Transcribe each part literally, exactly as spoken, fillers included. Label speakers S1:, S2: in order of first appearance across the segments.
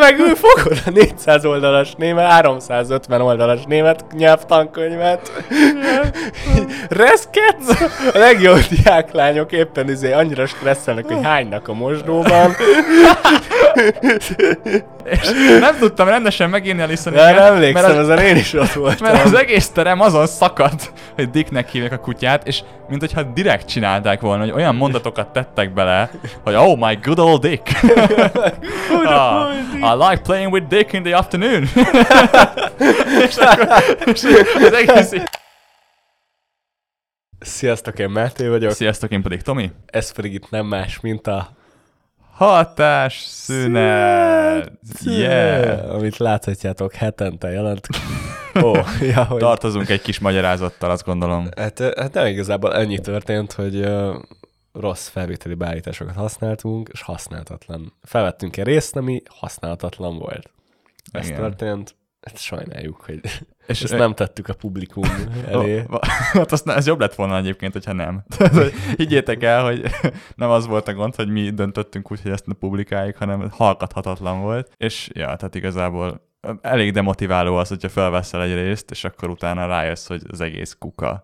S1: meg ő fogod a négyszáz oldalas német, háromszázötven oldalas német nyelvtankönyvet. Reszketsz? A legjobb diáklányok éppen izé annyira stresszelnek, hogy hánynak a mosdóban.
S2: És nem tudtam rendesen megírni a listening.
S1: De nem emlékszem, ezen én is ott voltam.
S2: Mert az egész terem azon szakadt, hogy Dicknek hívják a kutyát, és mint hogyha direkt csinálták volna, hogy olyan mondatokat tettek bele, hogy oh my good old Dick. ah, I like playing with Dick in the afternoon. és akkor és az egész...
S1: Sziasztok, én Máté vagyok.
S2: Sziasztok, én pedig Tomi.
S1: Ez pedig itt nem más, mint a...
S2: Hatásszünet! Yeah!
S1: Amit láthatjátok, hetente jelent. Oh, ja, hogy...
S2: Tartozunk egy kis magyarázattal, azt gondolom.
S1: Hát, hát nem igazából ennyi történt, hogy uh, rossz felvételi beállításokat használtunk, és használhatatlan. Felvettünk egy részt, ami használhatatlan volt. Ez
S2: Igen.
S1: történt. Hát sajnáljuk, hogy
S2: és
S1: ezt nem tettük a publikum elé.
S2: Hát azt, ez jobb lett volna egyébként, hogyha nem. Higgyétek el, hogy nem az volt a gond, hogy mi döntöttünk úgy, hogy ezt ne publikáljuk, hanem hallgathatatlan volt. És ja, tehát igazából elég demotiváló az, hogyha felveszel egy részt, és akkor utána rájössz, hogy az egész kuka.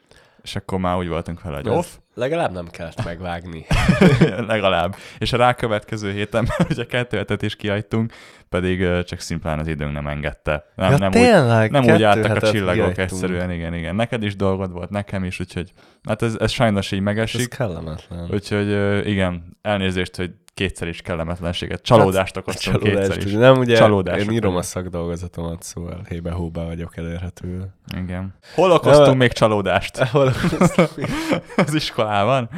S2: És akkor már úgy voltunk fel, hogy off.
S1: Legalább nem kellett megvágni.
S2: Legalább. És a rákövetkező héten, hogy a kettő hetet is kihagytunk, pedig csak szimplán az időnk nem engedte. Nem,
S1: ja,
S2: nem,
S1: tényleg,
S2: úgy, nem úgy álltak a csillagok
S1: kihagytunk.
S2: egyszerűen, igen, igen. Neked is dolgod volt, nekem is, úgyhogy hát ez, ez sajnos így megesik.
S1: Ez kellemetlen.
S2: Úgyhogy igen, elnézést, hogy kétszer is kellemetlenséget. Csalódást hát, okoztam kétszer is.
S1: Nem, ugye
S2: Csalódás
S1: én írom a szakdolgozatomat, szóval hébe-hóba vagyok elérhető.
S2: Igen. Hol okoztunk még csalódást?
S1: Hol okoztunk még?
S2: Az iskolában?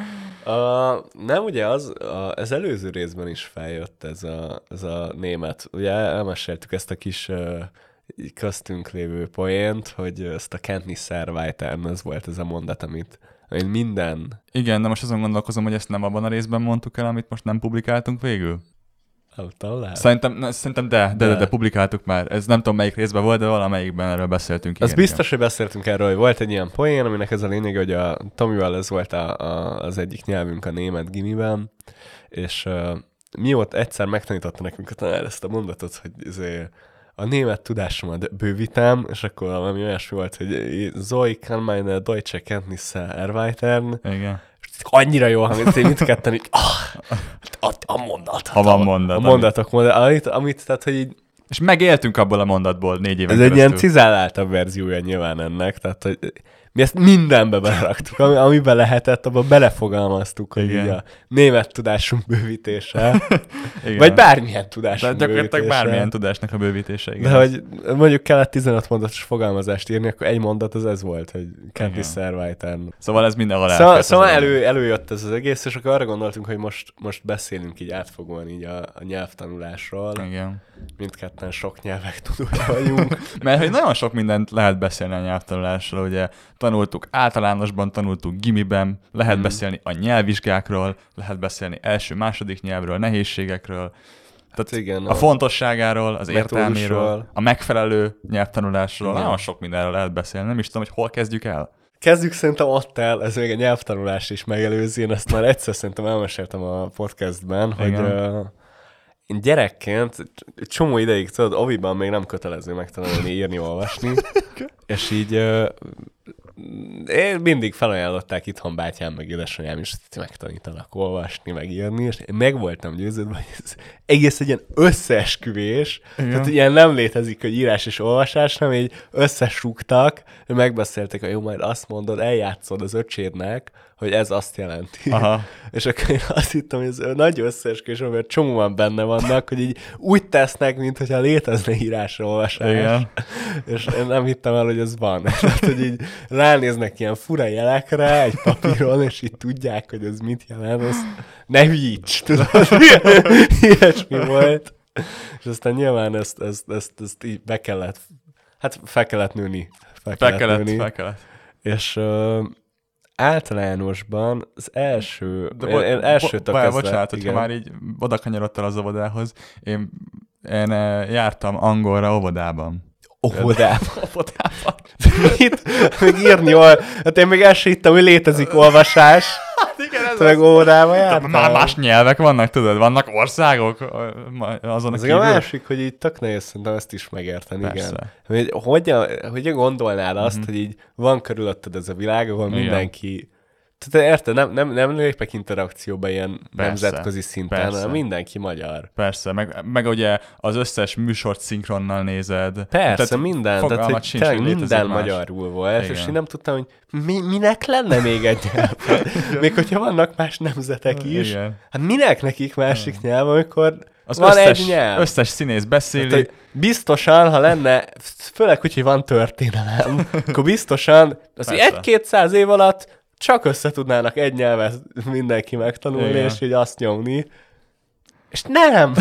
S1: Uh, nem, ugye az, a, az előző részben is feljött ez a, ez a német. Ugye elmeséltük ezt a kis uh, köztünk lévő poént, hogy ezt a Kentni Szervájtern, ez volt ez a mondat, amit Én minden.
S2: Igen, de most azon gondolkozom, hogy ezt nem abban a részben mondtuk el, amit most nem publikáltunk végül.
S1: Talán.
S2: Szerintem, ne, szerintem de, de, de, de publikáltuk már. Ez nem tudom melyik részben volt, de valamelyikben erről beszéltünk.
S1: Az
S2: igen,
S1: biztos,
S2: igen.
S1: hogy beszéltünk erről, hogy volt egy ilyen poén, aminek ez a lényeg, hogy a Tomival ez volt a, a, az egyik nyelvünk a német gimiben, és uh, mióta egyszer megtanította nekünk a tanár ezt a mondatot, hogy azért a német tudásomat bővítem, és akkor valami olyasmi volt, hogy Zoe kann meine deutsche Kenntnisse erweitern.
S2: Igen.
S1: Annyira jó, amit én mit ketten így, ah, a, a mondat.
S2: Ha van mondat.
S1: A mondatok, mondat, amit, amit, tehát, hogy így...
S2: És megéltünk abból a mondatból négy éven
S1: Ez
S2: keresztül.
S1: egy ilyen cizáláltabb verziója nyilván ennek, tehát, hogy mi ezt mindenbe beleraktuk, ami, amiben lehetett, abban belefogalmaztuk, hogy így a német tudásunk bővítése, vagy bármilyen tudásunk
S2: de gyakorlatilag
S1: bővítése.
S2: bármilyen tudásnak a bővítése, igen.
S1: De hogy mondjuk kellett tizenöt mondatos fogalmazást írni, akkor egy mondat az ez volt, hogy Kenntnis Szervájtern.
S2: Szóval ez mindenhol
S1: Szóval,
S2: elfett.
S1: szóval elő, előjött ez az egész, és akkor arra gondoltunk, hogy most, most beszélünk így átfogóan így a, a nyelvtanulásról.
S2: Igen.
S1: Mindketten sok nyelvek tudója vagyunk.
S2: Mert hogy nagyon sok mindent lehet beszélni a nyelvtanulásról, ugye tanultuk általánosban, tanultuk gimiben, lehet hmm. beszélni a nyelvvizsgákról, lehet beszélni első-második nyelvről, nehézségekről, tehát
S1: igen,
S2: a, a fontosságáról, az értelméről, a megfelelő nyelvtanulásról,
S1: igen.
S2: Nagyon sok mindenről lehet beszélni, nem is tudom, hogy hol kezdjük el.
S1: Kezdjük szerintem ott el, ez még a nyelvtanulás is megelőzi, én ezt már egyszer szerintem elmeséltem a podcastben, hogy uh, én gyerekként csomó ideig, tudod, oviban még nem kötelező megtanulni, írni, olvasni, és így uh, én mindig felajánlották itthon bátyám, meg édesanyám is, hogy megtanítanak olvasni, meg írni, és én meg voltam győződve, hogy ez egész egy ilyen összeesküvés, igen. Tehát ilyen nem létezik, hogy írás és olvasás, hanem így összesúgtak, megbeszélték, hogy jó, majd azt mondod, eljátszod az öcsédnek, hogy ez azt jelenti. Aha. És akkor én azt hittem, hogy ez nagy összeesküvés, mert csomóan benne vannak, hogy így úgy tesznek, mintha létezne írás-olvasás. Igen. És én nem hittem el, hogy ez van. Tehát, hogy így ránéznek ilyen fura jelekre egy papíron, és így tudják, hogy ez mit jelent, azt ne hülyíts, tudod? Ilyesmi volt. És aztán nyilván ezt, ezt, ezt, ezt így be kellett, hát fel kellett nőni.
S2: Fel kellett, fel kellett. Fel kellett.
S1: És uh, általánosban az első,
S2: De
S1: én, én
S2: bo-
S1: elsőtől
S2: bo-
S1: kezdve...
S2: Bocsánat, hogyha már így oda kanyarodtál az óvodához, én, én jártam angolra óvodában.
S1: Óvodában? Óvodában? Mit? Még írni, ol... hát én még el sem hittem, hogy létezik olvasás.
S2: Hát igen, ez
S1: te meg órába jártál?
S2: Már más nyelvek vannak, tudod, vannak országok azon a
S1: Ez
S2: kívül.
S1: a másik, hogy így tök nehéz szerintem ezt is megérteni,
S2: Persze.
S1: igen. Hogy, hogyan, hogyan gondolnád azt,
S2: Mhm.
S1: hogy így van körülötted ez a világ, ahol
S2: Igen.
S1: mindenki... Tehát érted, nem, nem, nem lépek interakcióba ilyen
S2: Persze.
S1: nemzetközi szinten,
S2: Persze.
S1: hanem mindenki magyar.
S2: Persze, meg, meg ugye az összes műsort szinkronnal nézed.
S1: Persze,
S2: Tehát
S1: minden, tehát
S2: fogalmat
S1: hogy
S2: sincs,
S1: tényleg
S2: hogy létezik
S1: minden
S2: más.
S1: magyarul volt,
S2: Igen.
S1: és én nem tudtam, hogy mi, minek lenne még egy nyelv. Még hogyha vannak más nemzetek is,
S2: Igen.
S1: hát minek nekik másik nyelv, amikor
S2: Az
S1: van
S2: összes,
S1: egy nyelv.
S2: összes színész beszéli.
S1: Tehát, hogy biztosan, ha lenne, főleg úgy, hogy van történelem, akkor biztosan az
S2: Persze.
S1: egy-kétszáz év alatt csak össze tudnának egy nyelvet mindenki megtanulni,
S2: Igen.
S1: és így azt nyomni. És nem!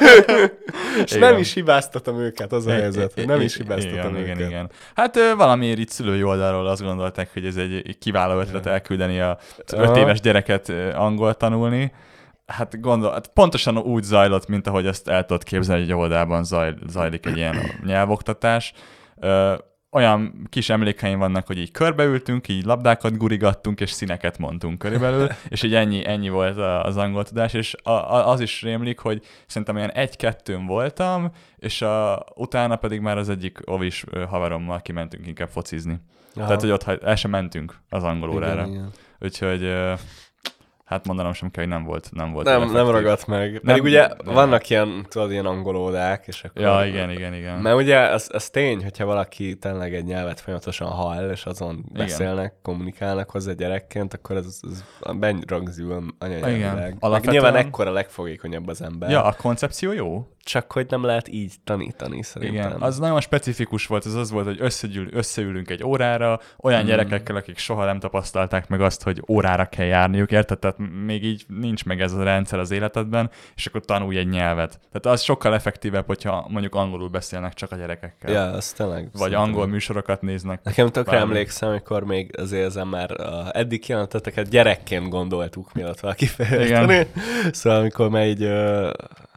S1: és
S2: Igen.
S1: nem is hibáztatom őket, az a helyzet, hogy nem is hibáztatom
S2: igen,
S1: őket.
S2: igen, igen. Hát ö, valamiért itt szülői oldalról azt gondolták, hogy ez egy egy kiváló ötlet elküldeni a öt
S1: Aha.
S2: éves gyereket ö, angol tanulni. Hát gondol, hát pontosan úgy zajlott, mint ahogy ezt el tudod képzelni, hogy egy óvodában zaj, zajlik egy ilyen nyelvoktatás. Ö, olyan kis emlékeim vannak, hogy így körbeültünk, így labdákat gurigattunk, és színeket mondtunk körülbelül, és így ennyi, ennyi volt a- az angol tudás, és a, a, az is rémlik, hogy szerintem olyan egy-kettőn voltam, és a, utána pedig már az egyik ovis ö, haverommal kimentünk inkább focizni.
S1: Aha.
S2: Tehát, hogy ott hagy- el sem mentünk az angol órára.
S1: Igen, igen.
S2: Úgyhogy ö, hát mondanom sem kell, hogy nem volt, nem volt.
S1: Nem,
S2: effektív.
S1: nem ragadt meg.
S2: Nem-
S1: Pedig ugye
S2: nem.
S1: vannak ilyen, tudod, ilyen angolódák, és akkor...
S2: Ja, igen, igen, igen.
S1: Mert ugye az, az tény, hogyha valaki tényleg egy nyelvet folyamatosan hall, és azon beszélnek, kommunikálnak hozzá gyerekként, akkor ez, ez benyragzül anyanyelvileg. Meg
S2: Alapvetően-
S1: nyilván ekkora legfogékonyabb az ember.
S2: Ja, a koncepció jó.
S1: Csak hogy nem lehet így tanítani, szerintem.
S2: Igen, az nagyon specifikus volt, ez az volt, hogy összegyűl, összeülünk egy órára, olyan
S1: Mm.
S2: gyerekekkel, akik soha nem tapasztalták meg azt, hogy órára kell járniuk, érted? Tehát még így nincs meg ez a rendszer az életedben, és akkor tanulj egy nyelvet. Tehát az sokkal effektívebb, hogyha mondjuk angolul beszélnek csak a gyerekekkel.
S1: Ja, az tényleg.
S2: Vagy
S1: szerintem.
S2: angol műsorokat néznek.
S1: Nekem tökre
S2: Bármi.
S1: emlékszem, amikor még azért ezen már a eddig jelenteteket gyerekként gondoltuk, mielőtt valaki fejleszteni. Szóval amikor már így ö,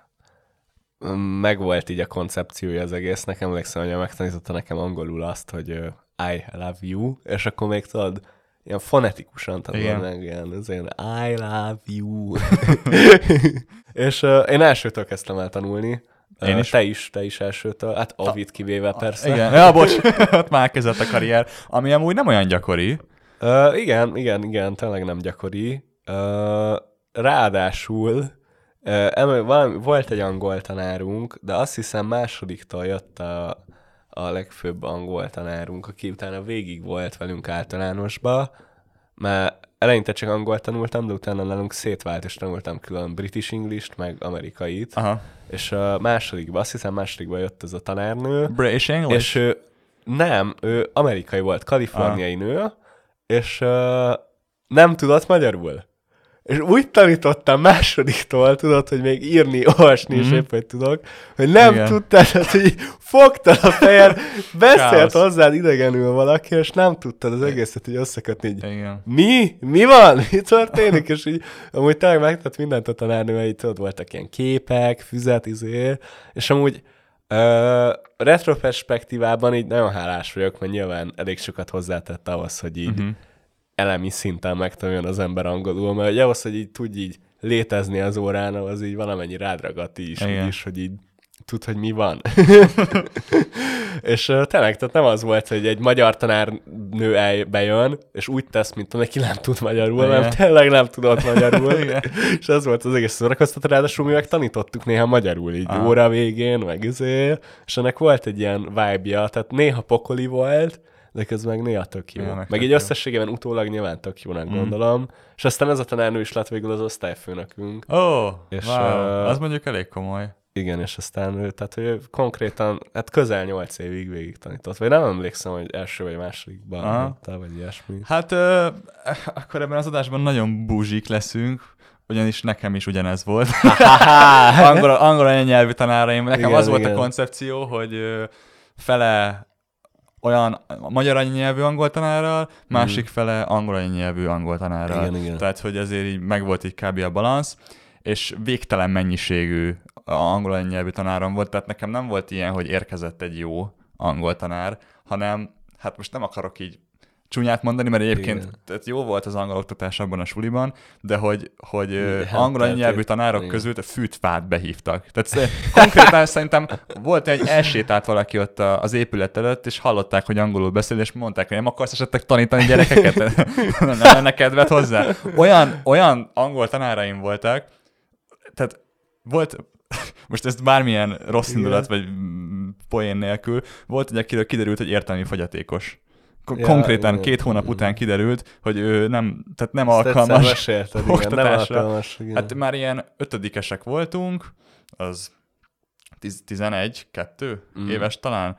S1: megvolt így a koncepciója az egész, nekem emlékszem, hogy megtanította nekem angolul azt, hogy ö, I love you, és akkor még tudod, ilyen fonetikusan tanulod meg, ilyen, ez ilyen I love you. És ö, én elsőtől kezdtem el tanulni.
S2: Én is.
S1: Te is, te is elsőtől. Hát Ovid kivéve persze.
S2: Igen, ja, bocs, ott már kezdett a karrier, ami amúgy nem olyan gyakori.
S1: Uh, igen, igen, igen, tényleg nem gyakori. Uh, ráadásul uh, emel, valami, volt egy angol tanárunk, de azt hiszem másodiktól jött a, a legfőbb angol tanárunk, aki utána végig volt velünk általánosba, mert eleinte csak angol tanultam, de utána nálunk szétvált, és tanultam külön British English-t, meg amerikait.
S2: Aha.
S1: És a másodikba, azt hiszem másodikba jött ez a tanárnő.
S2: British English?
S1: És ő, nem, ő amerikai volt, kaliforniai nő, és uh, nem tudott magyarul. És úgy tanítottam másodiktól, tudod, hogy még írni, olvasni is
S2: Mhm.
S1: épp, hogy tudok, hogy nem
S2: Igen.
S1: tudtad, tehát, hogy fogtad a fejed, beszélt
S2: Káosz.
S1: hozzád idegenül valaki, és nem tudtad az egészet így összekötni, így
S2: Igen.
S1: mi? Mi van? Mi történik? És így amúgy tényleg megtett mindent a tanárnő, mert így tudod, voltak ilyen képek, füzet, izé, és amúgy uh, retroperspektívában így nagyon hálás vagyok, mert nyilván elég sokat hozzátett ahhoz, hogy így
S2: Mhm.
S1: elemi szinten megtanuljon az ember angolul, mert ugye ahhoz, hogy így tudj így létezni az órán, az így valamennyi rádragadt is,
S2: Igen.
S1: is, hogy így tud, hogy mi van. És uh, tényleg, tehát nem az volt, hogy egy magyar tanárnő el, bejön, és úgy tesz, mint neki nem tud magyarul,
S2: Igen.
S1: mert tényleg nem tudott magyarul.
S2: Igen.
S1: És ez volt az egész szórakoztató, ráadásul mi meg tanítottuk néha magyarul, így
S2: Aha.
S1: óra végén, meg izé, és ennek volt egy ilyen vibe-ja, tehát néha pokoli volt, de ez meg néha tök jó.
S2: Ja,
S1: Ja,
S2: meg
S1: meg
S2: tök
S1: így
S2: jó.
S1: összességében utólag nyilván tök jónak
S2: Mm.
S1: gondolom. És aztán ez a tanárnő is lett végül az osztályfőnökünk.
S2: Ó, oh,
S1: És,
S2: wow,
S1: uh,
S2: az mondjuk elég komoly.
S1: Igen, és aztán ő, tehát ő konkrétan, hát közel nyolc évig végig tanított. Vagy nem emlékszem, hogy első vagy másodikban
S2: Aha.
S1: mondta, vagy ilyesmi.
S2: Hát ö, akkor ebben az adásban nagyon búzsik leszünk, ugyanis nekem is ugyanez volt. angol, angol anyanyelvű tanáraim. Nekem
S1: Igen,
S2: az volt
S1: igen.
S2: a koncepció, hogy ö, fele olyan magyar anyanyelvű angol tanárral, másik fele angol anyanyelvű angol tanárral.
S1: Igen, igen.
S2: Tehát, hogy ezért így megvolt így kb. A balansz, és végtelen mennyiségű angol anyanyelvű tanárom volt, tehát nekem nem volt ilyen, hogy érkezett egy jó angol tanár, hanem hát most nem akarok így csúnyát mondani, mert egyébként tehát jó volt az angol oktatás abban a suliban, de hogy, hogy
S1: Igen,
S2: angol
S1: tehát
S2: nyelvű
S1: én-
S2: tanárok
S1: igen.
S2: közül a fűtfát behívtak. Tehát konkrétan szerintem volt, hogy elsétált valaki ott a- az épület előtt, és hallották, hogy angolul beszél, és mondták, hogy nem akarsz esetleg tanítani gyerekeket? Nem lenne kedved hozzá? Olyan, olyan angol tanáraim voltak, tehát volt, most ez bármilyen rossz
S1: Igen.
S2: indulat, vagy mm, poén nélkül, volt, hogy akiről kiderült, hogy értelmi fogyatékosok. Ko-
S1: Ja,
S2: Konkrétan
S1: igen.
S2: két hónap után kiderült, hogy ő nem, tehát nem
S1: Ezt egyszer
S2: alkalmas
S1: mesélted, igen, nem
S2: oktatásra.
S1: alkalmas. Igen.
S2: Hát már ilyen ötödikesek voltunk, az tiz- tizenegy, kettő
S1: Mm.
S2: éves talán.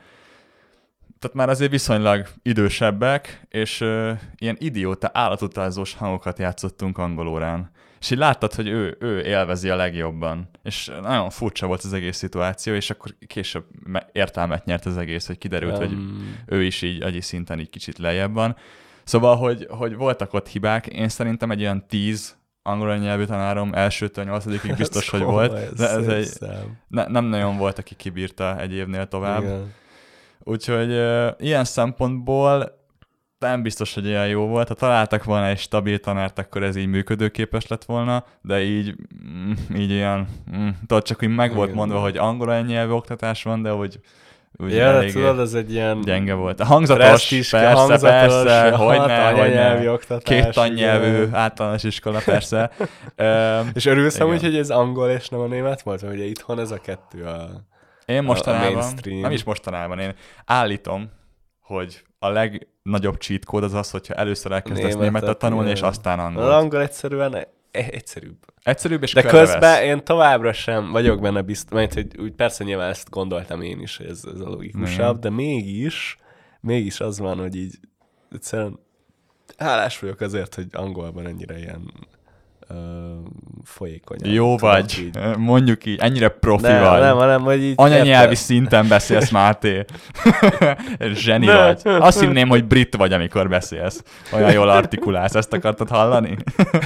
S2: Tehát már azért viszonylag idősebbek, és uh, ilyen idióta állatutázós hangokat játszottunk angolórán. És így láttad, hogy ő, ő élvezi a legjobban. És nagyon furcsa volt az egész szituáció, és akkor később me- értelmet nyert az egész, hogy kiderült, hogy
S1: Um,
S2: ő is így agyi szinten így kicsit lejjebb van. Szóval, hogy, hogy voltak ott hibák, én szerintem egy olyan tíz angol nyelvű tanárom elsőtől nyolcadikig biztos, hogy
S1: komoly,
S2: volt. De ez
S1: szép
S2: egy,
S1: szám.
S2: ne, nem nagyon volt, aki kibírta egy évnél tovább.
S1: Igen.
S2: Úgyhogy uh, ilyen szempontból nem biztos, hogy ilyen jó volt. Ha találtak volna egy stabil tanárt, akkor ez így működőképes lett volna, de így, mm, így ilyen, mm, tudod, csak úgy meg volt
S1: Igen.
S2: mondva, hogy angol nyelvű oktatás van, de hogy úgy
S1: Ja, de
S2: eléggé
S1: tudod, ez egy ilyen
S2: gyenge volt. A hangzatos,
S1: presztízs-
S2: persze,
S1: hangzatos,
S2: persze,
S1: hat
S2: hogyne,
S1: anyanyelvi
S2: hogyne.
S1: oktatás.
S2: Két tannyelvű
S1: igen.
S2: általános iskola, persze. Üm,
S1: És örülsz
S2: Igen.
S1: amúgy, hogy ez angol és nem a német volt? Mert ugye itthon ez a kettő a...
S2: Én mostanában,
S1: mainstream.
S2: nem is mostanában, én állítom, hogy a legnagyobb cheat code az az, hogyha először elkezdesz
S1: Németet,
S2: németet tanulni,
S1: igen.
S2: és aztán
S1: Az
S2: angol.
S1: angol egyszerűen e- egyszerűbb.
S2: Egyszerűbb és
S1: De
S2: körbe
S1: közben
S2: vesz.
S1: én továbbra sem vagyok benne biztos, mert hogy úgy persze nyilván ezt gondoltam én is, hogy ez, ez a logikusabb,
S2: Igen.
S1: de mégis, mégis az van, hogy így egyszerűen hálás vagyok azért, hogy angolban ennyire ilyen uh, folyékony.
S2: Jó vagy,
S1: Így.
S2: mondjuk így, ennyire profi
S1: Nem,
S2: vagy.
S1: nem, hanem, hogy így...
S2: Anyanyelvi
S1: érted?
S2: szinten beszélsz, Máté. Zseni
S1: Ne.
S2: vagy. Azt hinném, hogy brit vagy, amikor beszélsz. Olyan jól artikulálsz. Ezt akartad hallani?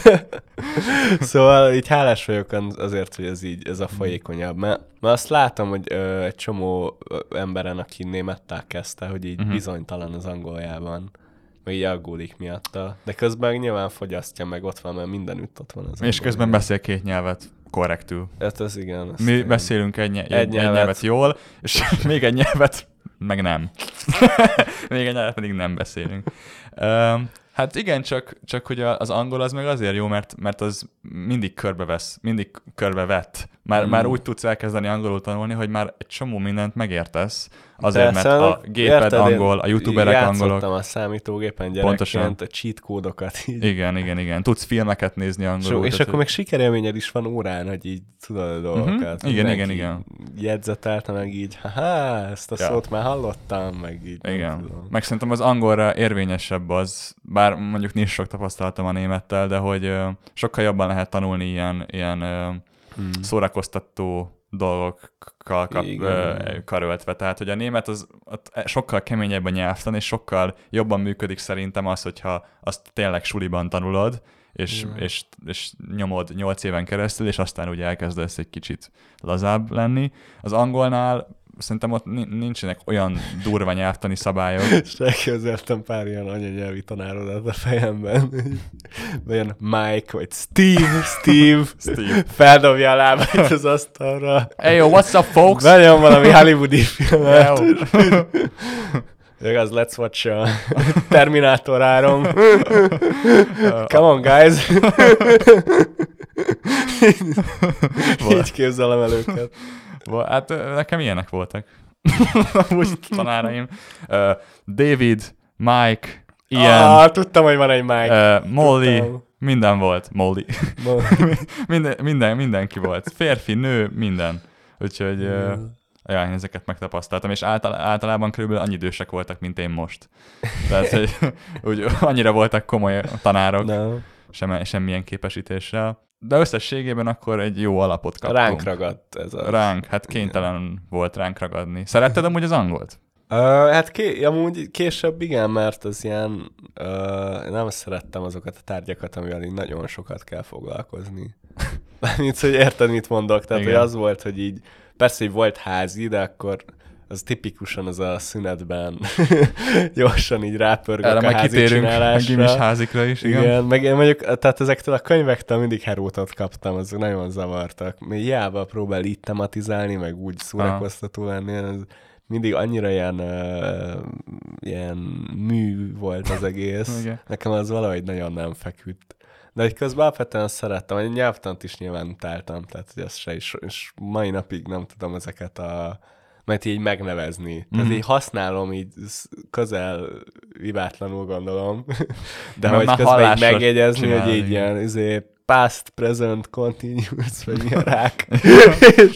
S1: Szóval így hálás vagyok azért, hogy ez így, ez a folyékonyabb, mert, mert azt látom, hogy ö, egy csomó ö, emberen, aki némettel kezdte, hogy így
S2: Mhm.
S1: uh-huh. bizonytalan az angoljában, meg így aggódik miatta, de közben nyilván fogyasztja, meg ott van, mert mindenütt ott van az
S2: És
S1: angoljában.
S2: közben beszél két nyelvet korrektül.
S1: Hát ez igen.
S2: Mi
S1: igen.
S2: beszélünk egy, ny- egy, egy
S1: nyelvet.
S2: nyelvet jól, és még egy nyelvet meg nem. Még egy nyelvet pedig nem beszélünk. Um, hát igen, csak, csak hogy a- az angol az meg azért jó, mert, mert az mindig körbevesz, mindig körbevett. Már,
S1: Mm.
S2: már úgy tudsz elkezdeni angolul tanulni, hogy már egy csomó mindent megértesz. Azért,
S1: Persze,
S2: mert a géped
S1: érted, én
S2: angol, a youtuberek angolok.
S1: Játszottam a számítógépen
S2: Pontosan.
S1: gyerekként, a cheat kódokat így.
S2: Igen, igen, igen. Tudsz filmeket nézni
S1: És,
S2: angolul.
S1: és
S2: tehát,
S1: akkor még sikerélményed is van órán, hogy így tudod a dolgokat.
S2: Igen,
S1: Mindenki
S2: igen, igen.
S1: Jegyzetelte meg így, haha, ezt a
S2: Ja.
S1: szót már hallottam, meg így. nem
S2: Igen.
S1: tudom.
S2: Meg szerintem az angolra érvényesebb az, bár mondjuk nincs sok tapasztalatom a némettel, de hogy ö, sokkal jobban lehet tanulni ilyen, ilyen ö,
S1: Hmm.
S2: szórakoztató dolgokkal kap,
S1: Igen.
S2: ö, karöltve. Tehát, hogy a német az ott sokkal keményebb a nyelvtan, és sokkal jobban működik szerintem az, hogyha azt tényleg suliban tanulod, és,
S1: Igen.
S2: és, és nyomod nyolc éven keresztül, és aztán ugye elkezdesz egy kicsit lazább lenni. Az angolnál szerintem ott ni- nincsenek olyan durva nyelvtani szabályok.
S1: És elképzeltem pár ilyen anyanyelvi tanárodat a fejemben. Ilyen Mike, vagy Steve, Steve,
S2: Steve.
S1: feldobja a lábát az asztalra.
S2: Hey, yo, what's up, folks?
S1: Nagyon valami hollywoodi filmet.
S2: Yo.
S1: Igaz, let's watch a Terminator három. Come on, guys. Így képzelem el őket.
S2: Va- Hát ö, nekem ilyenek voltak. Úgy tanáraim. Uh, David, Mike, Ian,
S1: Ah, tudtam, hogy van egy Mike.
S2: uh, Molly,
S1: Tudtam.
S2: minden volt. Molly.
S1: Ma-
S2: minden, minden, mindenki volt. Férfi, nő, minden. Úgyhogy uh, ja, én ezeket megtapasztaltam, és által, általában körülbelül annyi idősek voltak, mint én most. Tehát, hogy úgy, annyira voltak komoly tanárok,
S1: No.
S2: sem, semmilyen képesítéssel. De összességében akkor egy jó alapot kaptunk.
S1: Ránk ragadt ez a...
S2: Ránk, hát kénytelen volt ránk ragadni. Szeretted amúgy az angolt?
S1: Uh, hát ké- amúgy később igen, mert az ilyen... Uh, nem szerettem azokat a tárgyakat, amivel így nagyon sokat kell foglalkozni. Mármint, hogy érted, mit mondok? Tehát,
S2: Igen.
S1: hogy az volt, hogy így... Persze, hogy volt házi, de akkor az tipikusan az a szünetben gyorsan így rápörgök
S2: erre
S1: a házi csinálásra.
S2: Gimis házikra is, igen.
S1: Igen, meg én mondjuk, tehát ezektől a könyvektől mindig herótot kaptam, azok nagyon zavartak. Még hiába próbál így tematizálni, meg úgy szórakoztató lenni, ez mindig annyira ilyen, uh, ilyen mű volt az egész.
S2: Igen.
S1: Nekem az valahogy nagyon nem feküdt. De egy közben alapvetően szerettem, egy nyelvtant is nyilván utáltam, tehát hogy ezt se is, és mai napig nem tudom ezeket a, mert így megnevezni. Mm-hmm. Tehát így használom, így közel hibátlanul gondolom, de hogy közben így megjegyezni, csinálni. Hogy így ilyen, izé, past, present, continuous, vagy mi a rák. És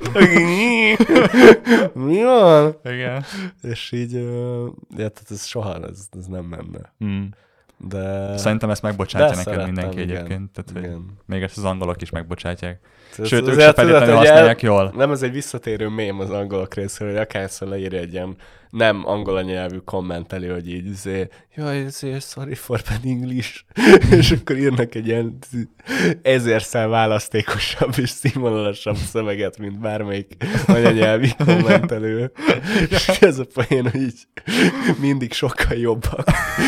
S1: mi van?
S2: Igen.
S1: És így, ja, tehát ez soha, ez, ez nem menne.
S2: Mm.
S1: De...
S2: Szerintem ezt megbocsátja neked
S1: szerettem,
S2: mindenki
S1: igen,
S2: egyébként. Tehát,
S1: igen.
S2: Még ezt az angolok is megbocsátják.
S1: Ez
S2: Sőt,
S1: az
S2: ők se feltétlenül használják
S1: el,
S2: jól.
S1: Nem, ez egy visszatérő mém az angolok részéről, hogy akárszor leírja egy ilyen nem angol nyelvű kommenteli, hogy így izé, jaj, ezért sorry for bad English, és akkor írnak egy ilyen ezerszer választékosabb és színvonalasabb szöveget, mint bármelyik anyanyelvi kommentelő. És ez a poén, hogy így mindig sokkal jobbak.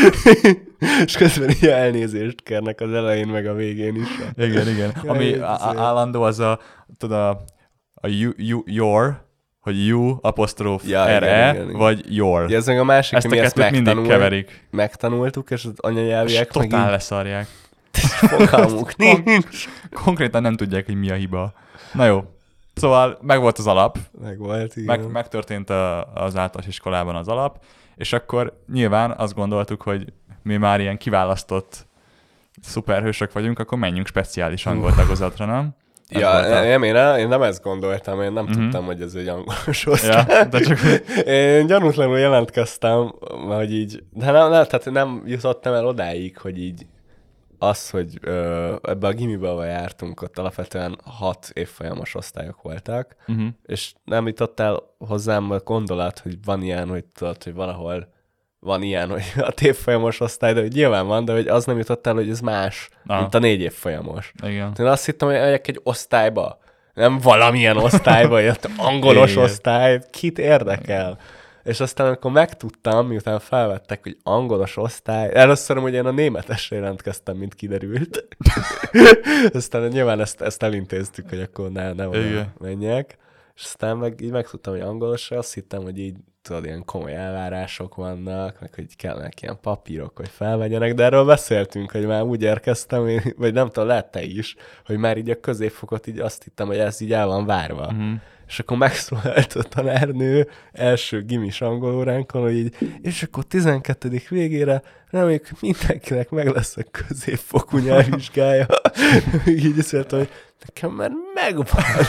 S1: És közben így elnézést kérnek az elején, meg a végén is.
S2: Igen, igen. Ami állandó az a, tudod, a, a you, you, your, hogy you, apostróf, ja, re, vagy your.
S1: Ja, ez meg a másik,
S2: ezt
S1: mi ezt
S2: mindig keverik.
S1: Megtanultuk, és az anyanyelviek
S2: totál megint... leszarják.
S1: Fogalmuk nincs.
S2: Konkrétan nem tudják, hogy mi a hiba. Na jó. Szóval megvolt az alap.
S1: Megvolt, igen.
S2: Meg, megtörtént a, az általános iskolában az alap, és akkor nyilván azt gondoltuk, hogy mi már ilyen kiválasztott szuperhősök vagyunk, akkor menjünk speciális angol tagozatra, nem? Ez
S1: ja, nem, én, én nem ezt gondoltam, én nem uh-huh. tudtam, hogy ez egy angolos osztály. Ja, de csak... Én gyanútlanul jelentkeztem, hogy így, de nem, nem, tehát nem jutottam el odáig, hogy így az, hogy ö, ebbe a gimibe, ahol jártunk, ott alapvetően hat évfolyamos osztályok voltak, uh-huh. és nem jutott el hozzám a gondolat, hogy van ilyen, hogy tudod, hogy valahol van ilyen, hogy a évfolyamos osztály, de hogy nyilván van, de hogy az nem jutott el, hogy ez más, ah. mint a négy évfolyamos.
S2: Igen.
S1: Én azt hittem, hogy megyek egy osztályba, nem valamilyen osztályba, jött angolos igen. osztály, kit érdekel? És aztán, amikor megtudtam, miután felvettek, hogy angolos osztály, először hogy én a németesre jelentkeztem, mint kiderült. Aztán nyilván ezt, ezt elintéztük, hogy akkor ne, ne oda menjek. És aztán meg így megtudtam, hogy angolosra, azt hittem, hogy így tudod, ilyen komoly elvárások vannak, meg hogy kellnek ilyen papírok, hogy felvegyenek, de erről beszéltünk, hogy már úgy érkeztem, én, vagy nem tudom, lehet te is, hogy már így a középfokot így azt hittem, hogy ez így el van várva. Uh-huh. És akkor megszólalt a tanárnő első gimis angolóránkon, hogy így, és akkor tizenkettedik végére reméljük, hogy mindenkinek meg lesz a középfokú nyelvvizsgája. Így azt mondtam, hogy nekem már megvan.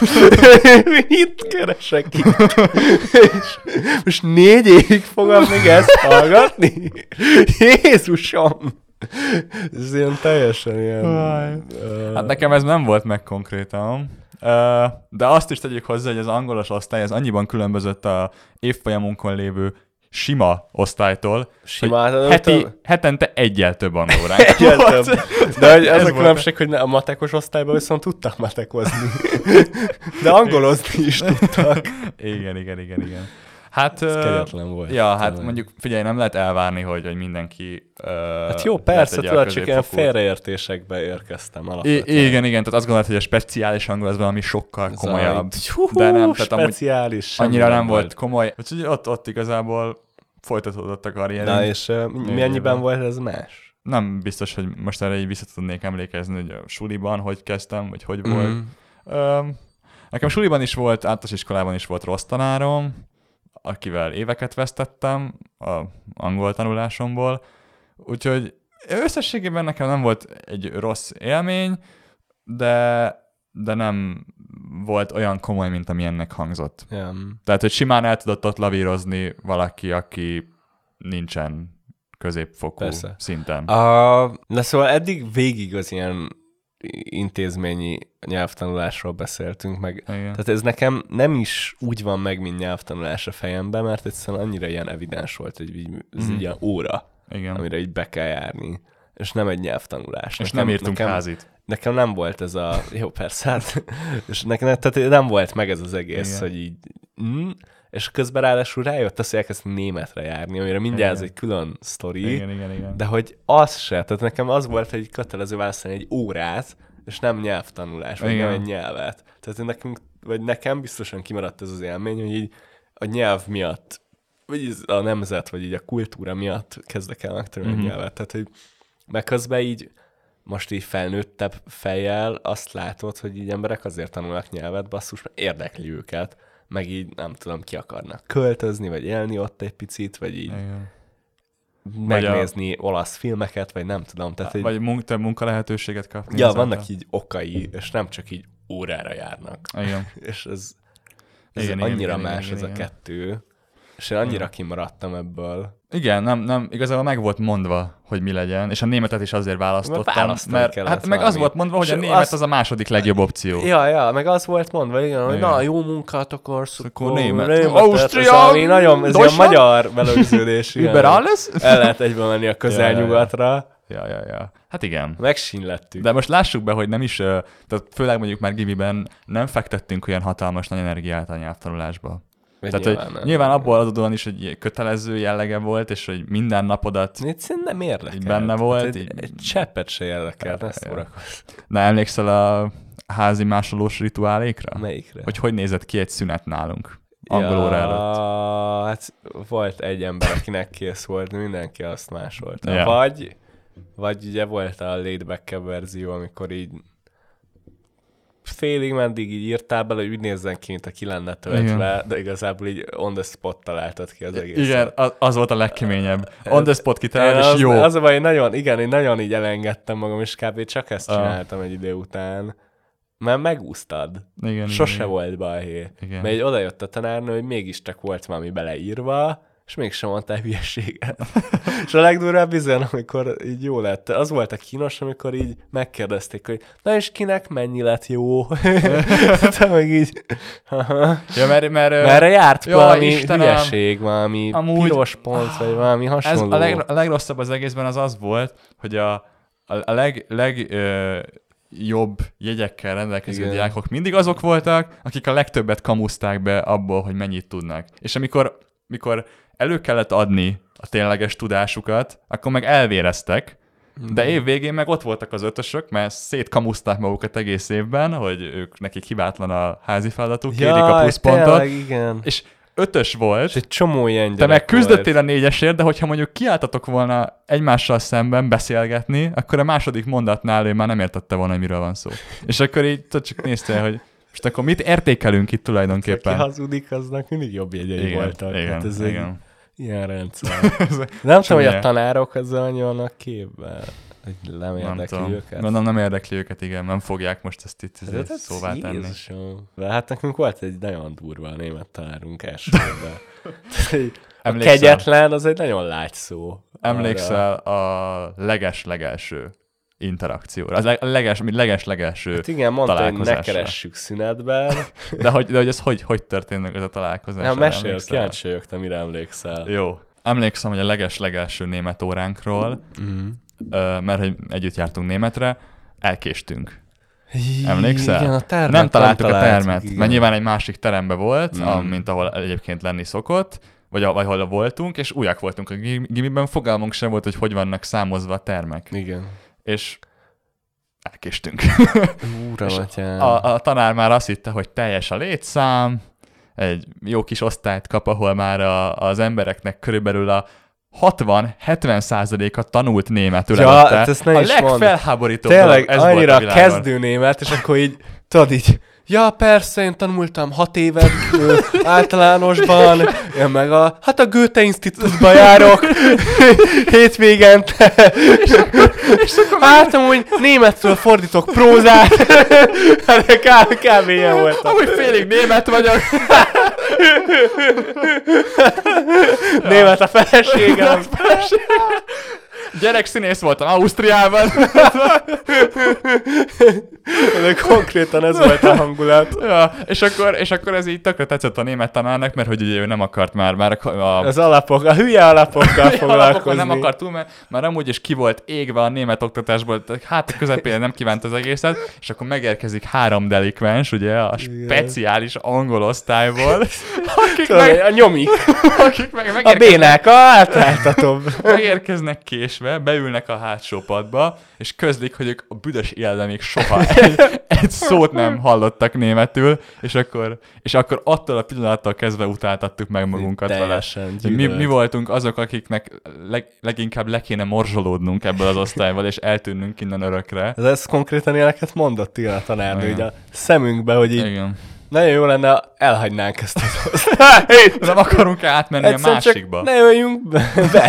S1: Mit keresek itt? És most négy évig fogom még ezt hallgatni? Jézusom! Ez ilyen teljesen ilyen...
S2: Uh... Hát nekem ez nem volt meg konkrétan. Uh, de azt is tegyük hozzá, hogy az angolos osztály az annyiban különbözött a évfolyamunkon lévő sima osztálytól,
S1: sima,
S2: hogy heti, hetente egyel több angolóránk.
S1: Egyel több. De hogy az a különbség, hogy a matekos osztályban viszont tudtak matekozni. De angolozni is tudtak.
S2: Igen, igen, igen, igen. Hát,
S1: ez kegyetlen volt.
S2: Ja, hát talán. Mondjuk figyelj, nem lehet elvárni, hogy, hogy mindenki... Uh,
S1: hát jó, persze, tudod, csak ilyen félreértésekbe érkeztem alapvetően.
S2: I- igen, igen, tehát azt gondolod, hogy a speciális angol az valami sokkal ez komolyabb.
S1: Hú, de nem, tehát
S2: speciális. Annyira nem volt, volt komoly. Úgyhogy ott, ott igazából folytatódott a karrierem.
S1: Na és uh, mi ennyiben volt ez más?
S2: Nem biztos, hogy most erre így vissza tudnék emlékezni, hogy a suliban hogy kezdtem, vagy hogy volt. Mm. Uh, nekem suliban is volt, általános iskolában is volt rossz tanárom, akivel éveket vesztettem a angol tanulásomból. Úgyhogy összességében nekem nem volt egy rossz élmény, de, de nem volt olyan komoly, mint ami ennek hangzott.
S1: Yeah.
S2: Tehát, hogy simán el tudott ott lavírozni valaki, aki nincsen középfokú Persze. szinten.
S1: Uh, na szóval eddig végig az ilyen intézményi nyelvtanulásról beszéltünk meg. Igen. Tehát ez nekem nem is úgy van meg, mint nyelvtanulás a fejemben, mert egyszerűen annyira ilyen evidens volt, hogy így, ez mm. egy ilyen óra, Igen. amire így be kell járni. És nem egy nyelvtanulás.
S2: És nekem, nem írtunk
S1: nekem,
S2: házit.
S1: Nekem nem volt ez a... Jó, persze, hát, és nekem tehát nem volt meg ez az egész, Igen. hogy így... Mm, és közben ráadásul rájött az, hogy elkezdtem németre járni, amire mindjárt igen. ez egy külön sztori,
S2: igen, igen, igen.
S1: de hogy az se, tehát nekem az volt, hogy kötelező választani egy órát, és nem nyelvtanulás, vagy igen. nem egy nyelvet. Tehát nekünk, vagy nekem biztosan kimaradt ez az élmény, hogy így a nyelv miatt, vagy a nemzet, vagy így a kultúra miatt kezdek el megtanulni mm-hmm. a nyelvet. Tehát, hogy meg közben így most így felnőttebb fejjel azt látod, hogy így emberek azért tanulnak nyelvet, basszus, mert érdekli őket, meg így nem tudom, ki akarnak költözni, vagy élni ott egy picit, vagy így igen. megnézni vagy a... olasz filmeket, vagy nem tudom. Tehát,
S2: vagy munk- több munkalehetőséget kapni.
S1: Ja, vannak a... így okai, és nem csak így órára járnak.
S2: Igen.
S1: és ez, ez igen, annyira igen, más igen, ez igen. a kettő, és én annyira igen. kimaradtam ebből.
S2: Igen, nem, nem, igazából meg volt mondva, hogy mi legyen, és a németet is azért választottam, mert hát meg az volt mondva, hogy a német az... az a második legjobb opció.
S1: Ja, ja, meg az volt mondva, igen, igen. hogy na, jó munkát akarsz,
S2: akkor német.
S1: Ausztria, ez nagyon, ez ilyen magyar belőződés.
S2: Über alles?
S1: El lehet egyben menni a közelnyugatra.
S2: Ja, ja, ja. Hát igen.
S1: Megsínlettük.
S2: De most lássuk be, hogy nem is, tehát főleg mondjuk már gimiben nem fektettünk olyan hatalmas nagy energiát a nyelvtanulásba. Tehát, nyilván, hogy nyilván abból adódóan is, hogy kötelező jellege volt, és hogy minden napodat
S1: nem érdekelt.
S2: Benne volt.
S1: Egy, így... egy cseppet se érdekelt, ne szórakozz.
S2: Na, emlékszel a házi másolós rituálékra?
S1: Melyikre?
S2: Hogy hogy nézett ki egy szünet nálunk? Angol óra előtt.
S1: Hát volt egy ember, akinek kész volt, mindenki azt másolta.
S2: Ja.
S1: Vagy, vagy ugye volt a laid-back verzió, amikor így félig meddig így írtál bele, hogy úgy nézzen ki, mint a ki lenne töltve, de igazából így on the spot találtad ki az egészet.
S2: Igen, az, az volt a legkeményebb. On the spot kitalált, és
S1: az,
S2: jó.
S1: Az a baj, nagyon, igen, én nagyon így elengedtem magam, és kb. Csak ezt csináltam ah. egy idő után. Mert megúsztad.
S2: Igen,
S1: Sose
S2: igen.
S1: volt balhé. Mert így odajött a tanárnő, hogy mégiscsak volt valami beleírva, és mégsem mondtál hülyeséget. És a legdurvább bizony, amikor így jó lett. Az volt a kínos, amikor így megkérdezték, hogy na és kinek mennyi lett jó? Te meg így...
S2: ja, mert, mert,
S1: Merre járt ja, valami Istenem, hülyeség, valami amúgy, piros pont, vagy valami hasonló.
S2: Ez a, leg, a legrosszabb az egészben az az volt, hogy a, a, a leg... leg ö, jobb jegyekkel rendelkező igen. diákok mindig azok voltak, akik a legtöbbet kamuszták be abból, hogy mennyit tudnak. És amikor mikor elő kellett adni a tényleges tudásukat, akkor meg elvéreztek, de év végén meg ott voltak az ötösök, mert szétkamuszták magukat egész évben, hogy ők nekik hibátlan a házi feladatuk, kérik a pluszpontot.
S1: Tényleg, igen.
S2: És ötös volt,
S1: és egy csomó ilyen
S2: te meg küzdöttél a négyesért, de hogyha mondjuk kiálltatok volna egymással szemben beszélgetni, akkor a második mondatnál ő már nem értette volna, hogy miről van szó. És akkor így csak néztél, hogy most akkor mit értékelünk itt tulajdonképpen?
S1: Aki hazudik, aznak mindig jobb jegyei
S2: igen,
S1: voltak.
S2: Igen, hát ez igen. Egy
S1: ilyen rendszer. Nem tudom, hogy a tanárok ezzel annyi vannak képben. Hogy nem érdekli nem őket.
S2: Nem, nem érdekli őket, igen. Nem fogják most ezt itt ez szóvá tenni.
S1: Jézusom. De hát nekünk volt egy nagyon durva a német tanárunk elsőben. A kegyetlen, az egy nagyon lágy szó.
S2: Emlékszel a leges-legelső interakcióra. Az leges, leges, legelső hát
S1: igen, mondta, hogy ne keressük szünetben.
S2: de, hogy, de hogy ez hogy, hogy történt meg ez a találkozás?
S1: Nem, mesél, kíváncsi vagyok, te mire emlékszel.
S2: Jó. Emlékszem, hogy a leges, legelső német óránkról, mm-hmm. mert hogy együtt jártunk németre, elkéstünk. Emlékszel?
S1: Igen, a termet
S2: nem találtuk nem a termet,
S1: igen.
S2: mert nyilván egy másik teremben volt,
S1: Mm.
S2: a, mint ahol egyébként lenni szokott, vagy, a, vagy ahol voltunk, és újak voltunk a gimiben, fogalmunk sem volt, hogy hogy vannak számozva a termek.
S1: Igen.
S2: És elkéstünk.
S1: Úra,
S2: a, a tanár már azt hitte, hogy teljes a létszám, egy jó kis osztályt kap, ahol már a, az embereknek körülbelül a hatvan-hetven százaléka tanult németül
S1: ja,
S2: előtte. A legfelháborítóbb
S1: tényleg ez annyira volt a kezdő német, és akkor így, tudod így, ja, persze, én tanultam hat évet ö, általánosban, én meg a, hát a Goethe Institutba járok hétvégente, és akkor, és akkor hát amúgy németről fordítok prózát, hát kb. kb. ilyen voltam.
S2: Amúgy félig német vagyok.
S1: Német a feleségem.
S2: Gyerekszínész voltam Ausztriában.
S1: De konkrétan ez volt a hangulat.
S2: Ja, és akkor, és akkor ez így tökre tetszett a német tanárnak, mert hogy ugye ő nem akart már, már a,
S1: az alapok, a hülye alapokkal foglalkozni.
S2: Nem akart túl, mert már amúgy is ki volt égve a német oktatásból, hát a közepén nem kívánt az egészet, és akkor megérkezik három delikvens, ugye, a speciális angol osztályból, akik
S1: Tudom,
S2: meg,
S1: a nyomik,
S2: akik meg
S1: a bénák, a átláthatóbb.
S2: megérkeznek késve, beülnek a hátsó padba, és közlik, hogy ők a büdös életben még soha egy, egy szót nem hallottak németül, és akkor, és akkor attól a pillanattól kezdve utáltattuk meg magunkat vele. Mi, mi voltunk azok, akiknek leg, leginkább le kéne morzsolódnunk ebből az osztályból, és eltűnnünk innen örökre.
S1: Ez, ez konkrétan ilyeneket mondott Tina tanárnő, hogy a szemünkbe, hogy így
S2: igen.
S1: nagyon jó lenne, ha elhagynánk ezt az osztályt.
S2: Nem akarunk átmenni
S1: Egyszer
S2: a másikba.
S1: Csak ne jöjjünk be.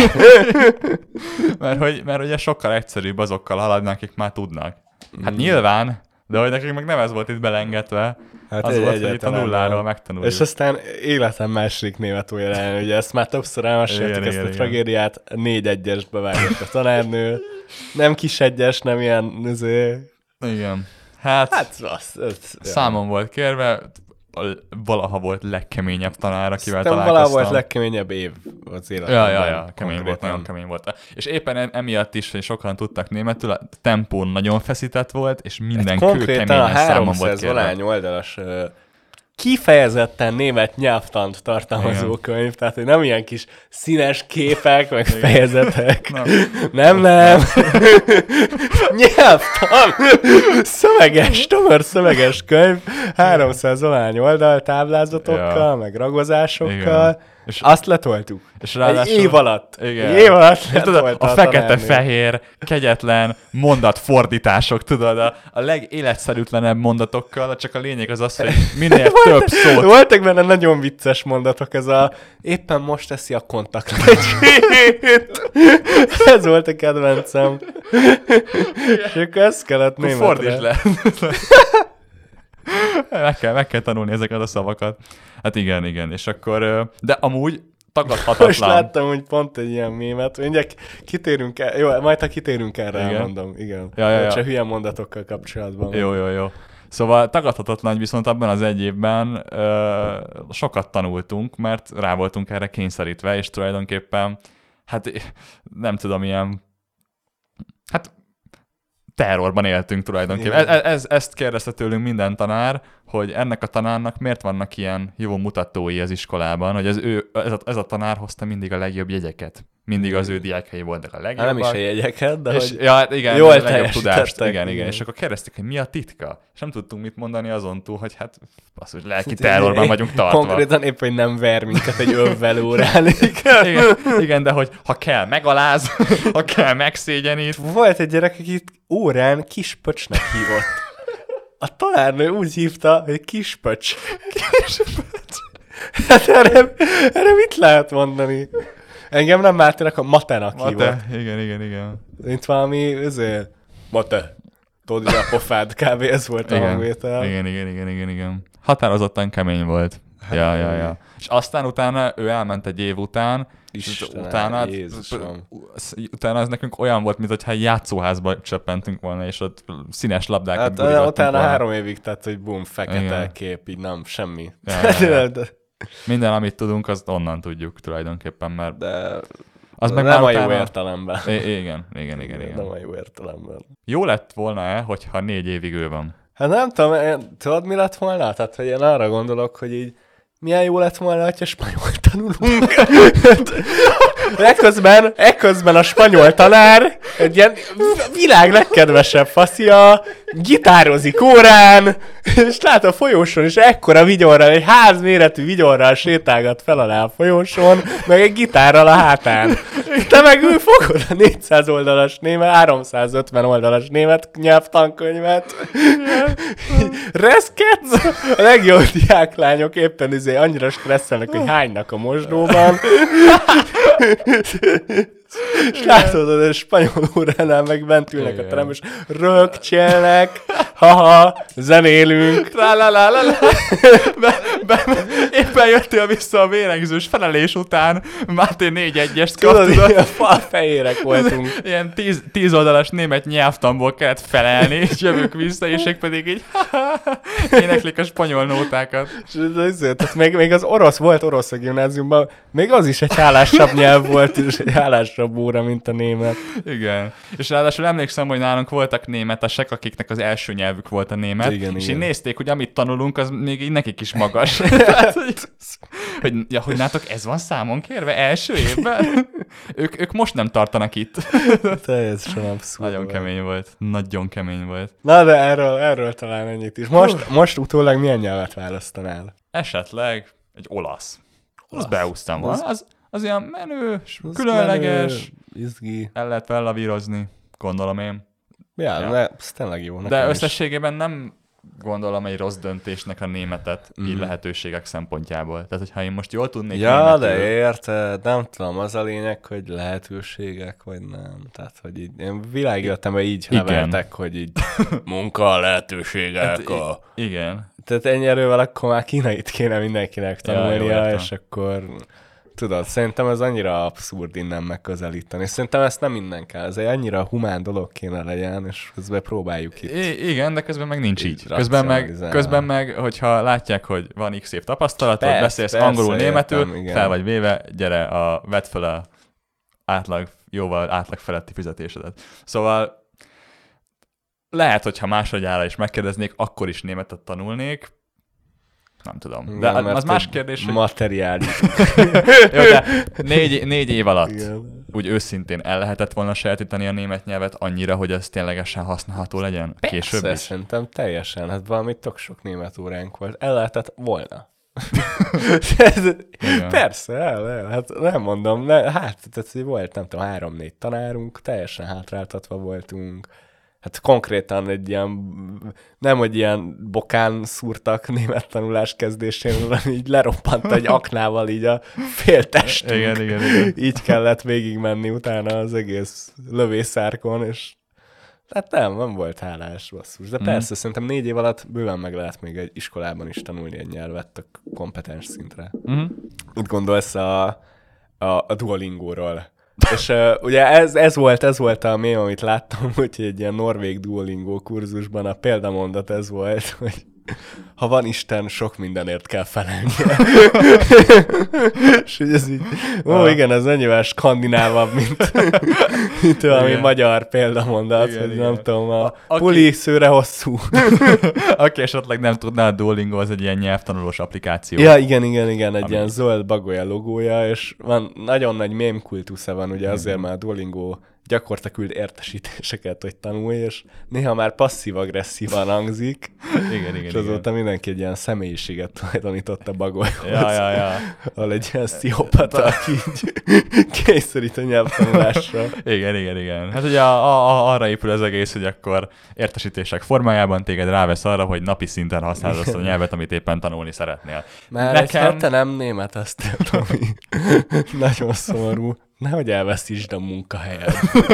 S2: mert, hogy, mert ugye sokkal egyszerűbb azokkal haladni, akik már tudnak. Hát mm. nyilván, de hogy nekik meg nem ez volt itt belengedve, hát az egy, volt, hogy itt a nulláról megtanuljuk.
S1: És aztán életem második német újra, ugye ezt már többször elmeséltük, ezt igen, a tragédiát, négy egyesbe vágott a tanárnő. Nem kis egyes, nem ilyen, azért...
S2: Igen. Hát,
S1: hát az, az,
S2: számon ja. volt kérve, valaha volt legkeményebb tanár, akivel
S1: Szerintem
S2: találkoztam.
S1: valaha volt legkeményebb év az életemben.
S2: Ja, ja, ja, kemény volt, nagyon kemény volt. És éppen emiatt is, hogy sokan tudtak németül, a tempón nagyon feszített volt, és minden kő keményen számon volt kérve.
S1: Valány oldalas kifejezetten német nyelvtant tartalmazó igen. könyv, tehát hogy nem ilyen kis színes képek, meg igen. fejezetek. Nem, nem. nem. Nyelvtan! Szöveges, tömör szöveges könyv, háromszáz valány oldal táblázatokkal, ja. meg ragozásokkal. Igen. És azt letoltuk.
S2: És ráadásul...
S1: Egy év alatt.
S2: Igen.
S1: Egy év alatt letolta
S2: a, a fekete-fehér, kegyetlen mondatfordítások, tudod, a, a legéletszerűtlenebb mondatokkal, csak a lényeg az az, hogy minél több szót. Voltak
S1: benne nagyon vicces mondatok, ez a éppen most teszi a kontaktlecsét. Ez volt a kedvencem. És akkor ezt kellett németre.
S2: Fordítsd le. meg, kell, meg kell tanulni ezeket a szavakat. Hát igen, igen. És akkor, de amúgy tagadhatatlan.
S1: Most láttam, hogy pont egy ilyen mémet. Mindjárt kitérünk el, jó, majd ha kitérünk erre, igen. elmondom. Igen.
S2: Ja, ja, ja.
S1: Csak hülye mondatokkal kapcsolatban.
S2: Jó, jó, jó. Szóval tagadhatatlan, hogy viszont abban az egy évben ö, sokat tanultunk, mert rá voltunk erre kényszerítve, és tulajdonképpen, hát nem tudom, ilyen, hát terrorban éltünk tulajdonképpen. Ez, ez, ezt kérdezte tőlünk minden tanár, hogy ennek a tanárnak miért vannak ilyen jó mutatói az iskolában, hogy ez, ő, ez, a, ez a tanár hozta mindig a legjobb jegyeket. Mindig az ő diákjai voltak a legjobbak.
S1: Nem is a jegyeket, de
S2: és,
S1: hogy
S2: ja, igen,
S1: jól
S2: a legjobb tudást. Igen, igen, igen. És akkor kérdezték, hogy mi a titka. És nem tudtunk mit mondani azon túl, hogy hát basszus, lelki terrorban vagyunk tartva.
S1: Konkrétan épp, hogy nem ver minket egy övvel órán.
S2: igen, igen, de hogy ha kell megaláz, ha kell megszégyenít.
S1: Volt egy gyerek, akit órán kispöcsnek hívott. A tanárnő úgy hívta, hogy kispöcs. Kispöcs. Hát erre, erre mit lehet mondani? Engem nem Máténak, a Matenak
S2: Mate.
S1: hívott.
S2: Igen, igen, igen.
S1: Mint valami, azért, Mate. Tudod, ide a pofád, kb. Ez volt a
S2: igen.
S1: hangvétel.
S2: Igen, igen, igen, igen, igen. Határozottan kemény volt. Hát, ja, ja, ja. És aztán utána ő elment egy év után,
S1: Istenem,
S2: utána, utána ez nekünk olyan volt, mintha játszóházba csöppentünk volna, és ott színes labdákat
S1: hát,
S2: gurigattunk
S1: utána
S2: volna.
S1: három évig, tehát, hogy bum, fekete igen. kép, így nem, semmi.
S2: Ja, ja, ja. Minden, amit tudunk, azt onnan tudjuk tulajdonképpen, mert...
S1: De...
S2: Az meg
S1: nem a
S2: utána...
S1: jó értelemben.
S2: I- igen, igen, igen, igen.
S1: Nem a jó értelemben.
S2: Jó lett volna-e, hogyha négy évig ő van?
S1: Hát nem tudom, én, tudod mi lett volna? Tehát, hogy én arra gondolok, hogy így milyen jó lett volna, hogyha spanyol tanulunk. Ekközben, ekközben a spanyol tanár egy ilyen világ legkedvesebb faszia, gitározik órán, és lát a folyóson, és ekkora vigyorral, egy házméretű vigyorral sétálgat fel alá a folyóson, meg egy gitárral a hátán. Te meg ő fogod a négyszáz oldalas német, háromszázötven oldalas német nyelvtankönyvet. Reszketsz? A legjobb diáklányok éppen izé annyira stresszelnek, hogy hánynak a mosdóban. És látod, hogy a spanyol óránál meg bent ülnek igen. a terem, és rögcsélnek, haha, zenélünk.
S2: Lá-lá-lá-lá-lá. Be, be, éppen jöttél vissza a vérengzős felelés után, Máté négy egyest
S1: kaptad. Tudod, ilyen falfehérek voltunk.
S2: Ilyen tíz, tíz oldalas német nyelvtanból kellett felelni, és jövök vissza, és ők pedig így éneklik a spanyol nótákat.
S1: És ez, tehát még, még az orosz, volt orosz a gimnáziumban, még az is egy hálásabb nyelv volt, és egy hálásabb óra, mint a német.
S2: Igen. És ráadásul emlékszem, hogy nálunk voltak németesek, akiknek az első nyelvük volt a német, igen, és igen. így nézték, hogy amit tanulunk, az még így nekik is magas. Tehát, hogy, hogy, ja, hogy nátok ez van számon kérve első évben? ők, ők most nem tartanak itt.
S1: Teljesen abszurd.
S2: Nagyon kemény volt. Nagyon kemény volt.
S1: Na, de erről, erről talán ennyit is. Most, most utólag milyen nyelvet választanál?
S2: Esetleg egy olasz.
S1: olasz.
S2: Azt beúztam. Az, az, az ilyen menő,
S1: az
S2: különleges.
S1: Menő, izgi.
S2: El lehet fellavírozni, gondolom én.
S1: Ja, ja. De ez tényleg jó.
S2: De összességében is. Nem gondolom egy rossz döntésnek a németet mm. így lehetőségek szempontjából. Tehát, hogyha én most jól tudnék
S1: ja,
S2: németül...
S1: de érted, nem tudom, az a lényeg, hogy lehetőségek, vagy nem. Tehát, hogy így, én világéletemben így neveltek, hogy így munka, lehetőségek. Hát, a...
S2: Igen.
S1: Tehát ennyi erővel akkor már kínait kéne mindenkinek tanulnia, ja, és akkor... Tudod, szerintem ez annyira abszurd innen megközelíteni. Szerintem ezt nem minden kell. Ez egy annyira humán dolog kéne legyen, és közben próbáljuk itt.
S2: I- igen, de közben meg nincs így. Közben meg, közben meg, hogyha látják, hogy van x év tapasztalatod, persze, beszélsz persze, angolul, németül, értem, fel vagy véve, gyere, a, vedd fel a átlag, jóval átlag feletti fizetésedet. Szóval lehet, hogyha másodjára is megkérdeznék, akkor is németet tanulnék. Nem tudom. De igen, az más kérdés, hogy...
S1: Materiális.
S2: Jó, de négy, négy év alatt igen. úgy őszintén el lehetett volna sajátítani a német nyelvet annyira, hogy ez ténylegesen használható legyen
S1: persze,
S2: később is?
S1: Szerintem teljesen. Hát valami tök sok német óránk volt. El lehetett volna. Persze, el, el, hát nem mondom. Ne, hát, tehát volt, nem tudom, három-négy tanárunk, teljesen hátráltatva voltunk. Hát konkrétan egy ilyen, nem, hogy ilyen bokán szúrtak német tanulás kezdésén, hanem így leroppant egy aknával így a féltestünk.
S2: Igen, igen, igen.
S1: Így kellett végigmenni utána az egész lövészárkon, és hát nem, nem volt hálás, basszus. De persze, mm. szerintem négy év alatt bőven meg lehet még egy iskolában is tanulni egy nyelvet a kompetens szintre. Mm. Mit gondolsz a, a, a Duolingóról? És uh, ugye ez, ez, volt, ez volt a mém, amit láttam, hogy egy ilyen norvég Duolingo kurzusban a példamondat ez volt, hogy ha van Isten, sok mindenért kell felelnie. És hogy ez így, ó igen, ez ennyivel skandinávabb, mint, mint valami igen. magyar példamondat, igen, hogy igen. nem tudom, a, a puli szőre hosszú.
S2: Aki esetleg nem tudná, a Duolingo az egy ilyen nyelvtanulós applikáció.
S1: Ja, igen, igen, igen, egy ami... ilyen zöld bagolya logója, és van nagyon nagy mém kultusza van, ugye azért már a Duolingo gyakorta küld értesítéseket, hogy tanulj, és néha már passzív-agresszívan hangzik,
S2: igen, igen,
S1: és azóta igen. mindenki egy ilyen személyiséget tulajdonított a bagolyhoz.
S2: Ja, ja, ja.
S1: Ahol egy ilyen sziopata, aki így kényszerít a nyelvtanulásra.
S2: Igen, igen, igen. Hát ugye a, a, arra épül az egész, hogy akkor értesítések formájában téged rávesz arra, hogy napi szinten használod azt a nyelvet, amit éppen tanulni szeretnél.
S1: Már Nekem... egy hete nem német, azt tudom, nagyon szomorú. Nehogy elveszítsd a munkahelyed.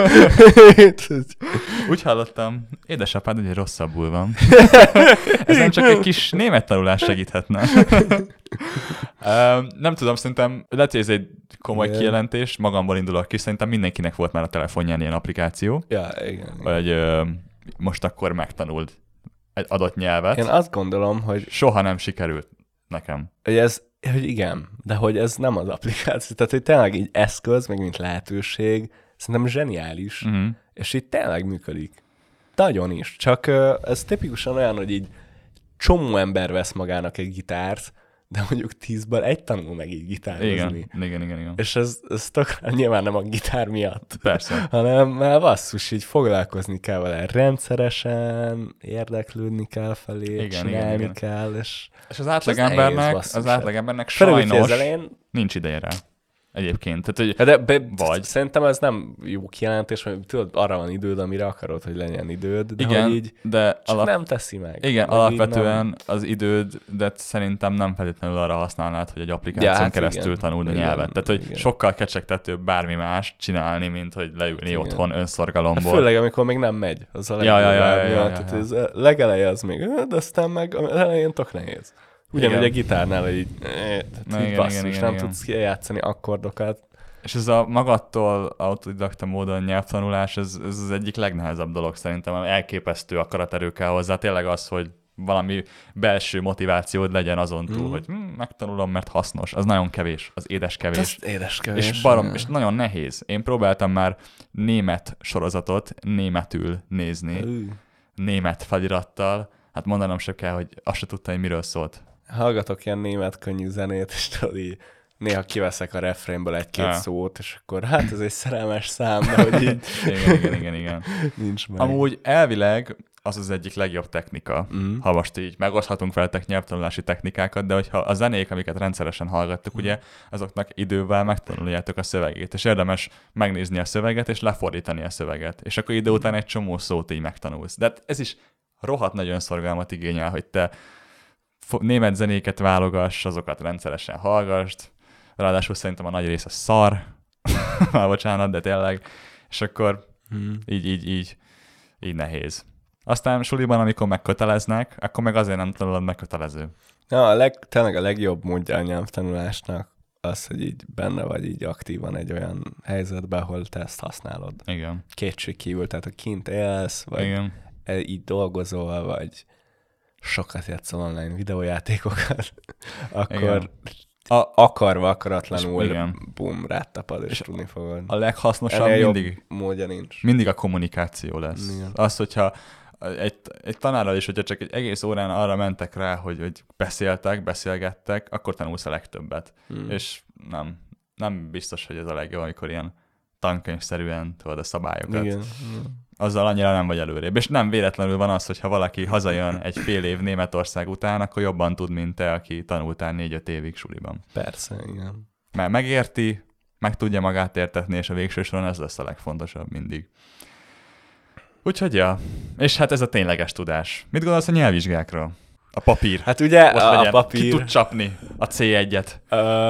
S2: Úgy hallottam, édesapád ugye rosszabbul van. Ez nem csak egy kis német tanulás segíthetne. uh, nem tudom, szerintem lehet, hogy ez egy komoly igen. kijelentés, magamból indulok ki, szerintem mindenkinek volt már a telefonján ilyen applikáció.
S1: Ja, igen.
S2: Vagy uh, most akkor megtanuld egy adott nyelvet.
S1: Én azt gondolom, hogy...
S2: Soha nem sikerült nekem.
S1: Hogy ez Hogy igen, de hogy ez nem az applikáció, tehát hogy tényleg így eszköz, meg mint lehetőség, szerintem zseniális, uh-huh. és így tényleg működik. Nagyon is, csak ez tipikusan olyan, hogy így csomó ember vesz magának egy gitárt, de mondjuk tízből egy tanul meg így gitározni.
S2: Igen, igen, igen, igen.
S1: És ez, ez tökre nyilván nem a gitár miatt.
S2: Persze.
S1: Hanem már basszus, így foglalkozni kell vele rendszeresen, érdeklődni kell felé, igen, csinálni igen, kell, és...
S2: És az átlagembernek, az átlagembernek sajnos
S1: elején...
S2: nincs ideje rá. Egyébként. Tehát,
S1: hogy de be,
S2: vagy.
S1: Szerintem ez nem jó kijelentés, mert tudod, arra van időd, amire akarod, hogy legyen időd, de
S2: igen,
S1: hogy így
S2: de
S1: csak
S2: alap...
S1: nem teszi meg.
S2: Igen, alapvetően nem... az időd, de szerintem nem feltétlenül arra használnád, hogy egy applikáción ja, hát keresztül igen, tanuld a nyelvet. Tehát, hogy igen. sokkal kecsegtetőbb bármi más csinálni, mint hogy leülni igen. otthon önszorgalomból.
S1: Hát főleg, amikor még nem megy. Az a
S2: ja, ja, ja, ja, ja, ja,
S1: Tehát ez a legeleje az még, de aztán meg elején tök nehéz. Ugyanúgy a gitárnál, hogy így, így igen, basszus, igen, nem igen. tudsz játszani akkordokat.
S2: És ez a magattól autodidakta módon nyelvtanulás, ez, ez az egyik legnehezebb dolog szerintem, elképesztő akaraterő kell hozzá. Tényleg az, hogy valami belső motivációd legyen azon túl, mm. hogy hm, megtanulom, mert hasznos. Az nagyon kevés, az édes kevés.
S1: Ez édes kevés.
S2: És, barom, és nagyon nehéz. Én próbáltam már német sorozatot németül nézni, uh. német felirattal. Hát mondanom se kell, hogy azt se tudtam, hogy miről szólt.
S1: Hallgatok ilyen német könnyű zenét, és tudod így, néha kiveszek a refrénből egy-két ja. szót, és akkor hát ez egy szerelmes szám, de hogy így...
S2: igen, igen, igen, igen.
S1: Nincs meg.
S2: Amúgy elvileg az az egyik legjobb technika, mm. ha most így megoszthatunk veletek nyelvtanulási technikákat, de hogyha a zenék, amiket rendszeresen hallgattuk, mm. ugye, azoknak idővel megtanuljátok a szövegét, és érdemes megnézni a szöveget, és lefordítani a szöveget, és akkor idő után egy csomó szót így megtanulsz. De ez is rohadt nagy önszorgalmat igényel, hogy te német zenéket válogass, azokat rendszeresen hallgassd, ráadásul szerintem a nagy része szar, már bocsánat, de tényleg, és akkor hmm. így, így, így, így nehéz. Aztán suliban, amikor megköteleznek, akkor meg azért nem tanulod megkötelező.
S1: Ja, a leg, tényleg a legjobb módja a nyelvtanulásnak az, hogy így benne vagy így aktívan egy olyan helyzetben, ahol te ezt használod.
S2: Igen.
S1: Kétség kívül, tehát ha kint élsz, vagy
S2: igen.
S1: így dolgozol, vagy sokat játszol online videójátékokat, akkor a, akarva, akaratlanul bum, rátapad, és, és tudni fogod.
S2: A leghasznosabb mindig,
S1: módja nincs.
S2: Mindig a kommunikáció lesz. Igen. Az, hogyha egy, egy tanárral is, hogyha csak egy egész órán arra mentek rá, hogy, hogy beszéltek, beszélgettek, akkor tanulsz a legtöbbet. Hmm. És nem, nem biztos, hogy ez a legjobb, amikor ilyen tankönyvszerűen tudod a szabályokat.
S1: Igen.
S2: Azzal annyira nem vagy előrébb. És nem véletlenül van az, hogy ha valaki hazajön egy fél év Németország után, akkor jobban tud, mint te, aki tanultál négy-öt évig suliban.
S1: Persze, igen.
S2: Mert megérti, meg tudja magát értetni, és a végső soron ez lesz a legfontosabb mindig. Úgyhogy ja. És hát ez a tényleges tudás. Mit gondolsz a nyelvvizsgákról? A papír.
S1: Hát ugye
S2: most
S1: a,
S2: legyen,
S1: a papír...
S2: Ki tud csapni a cé egyet?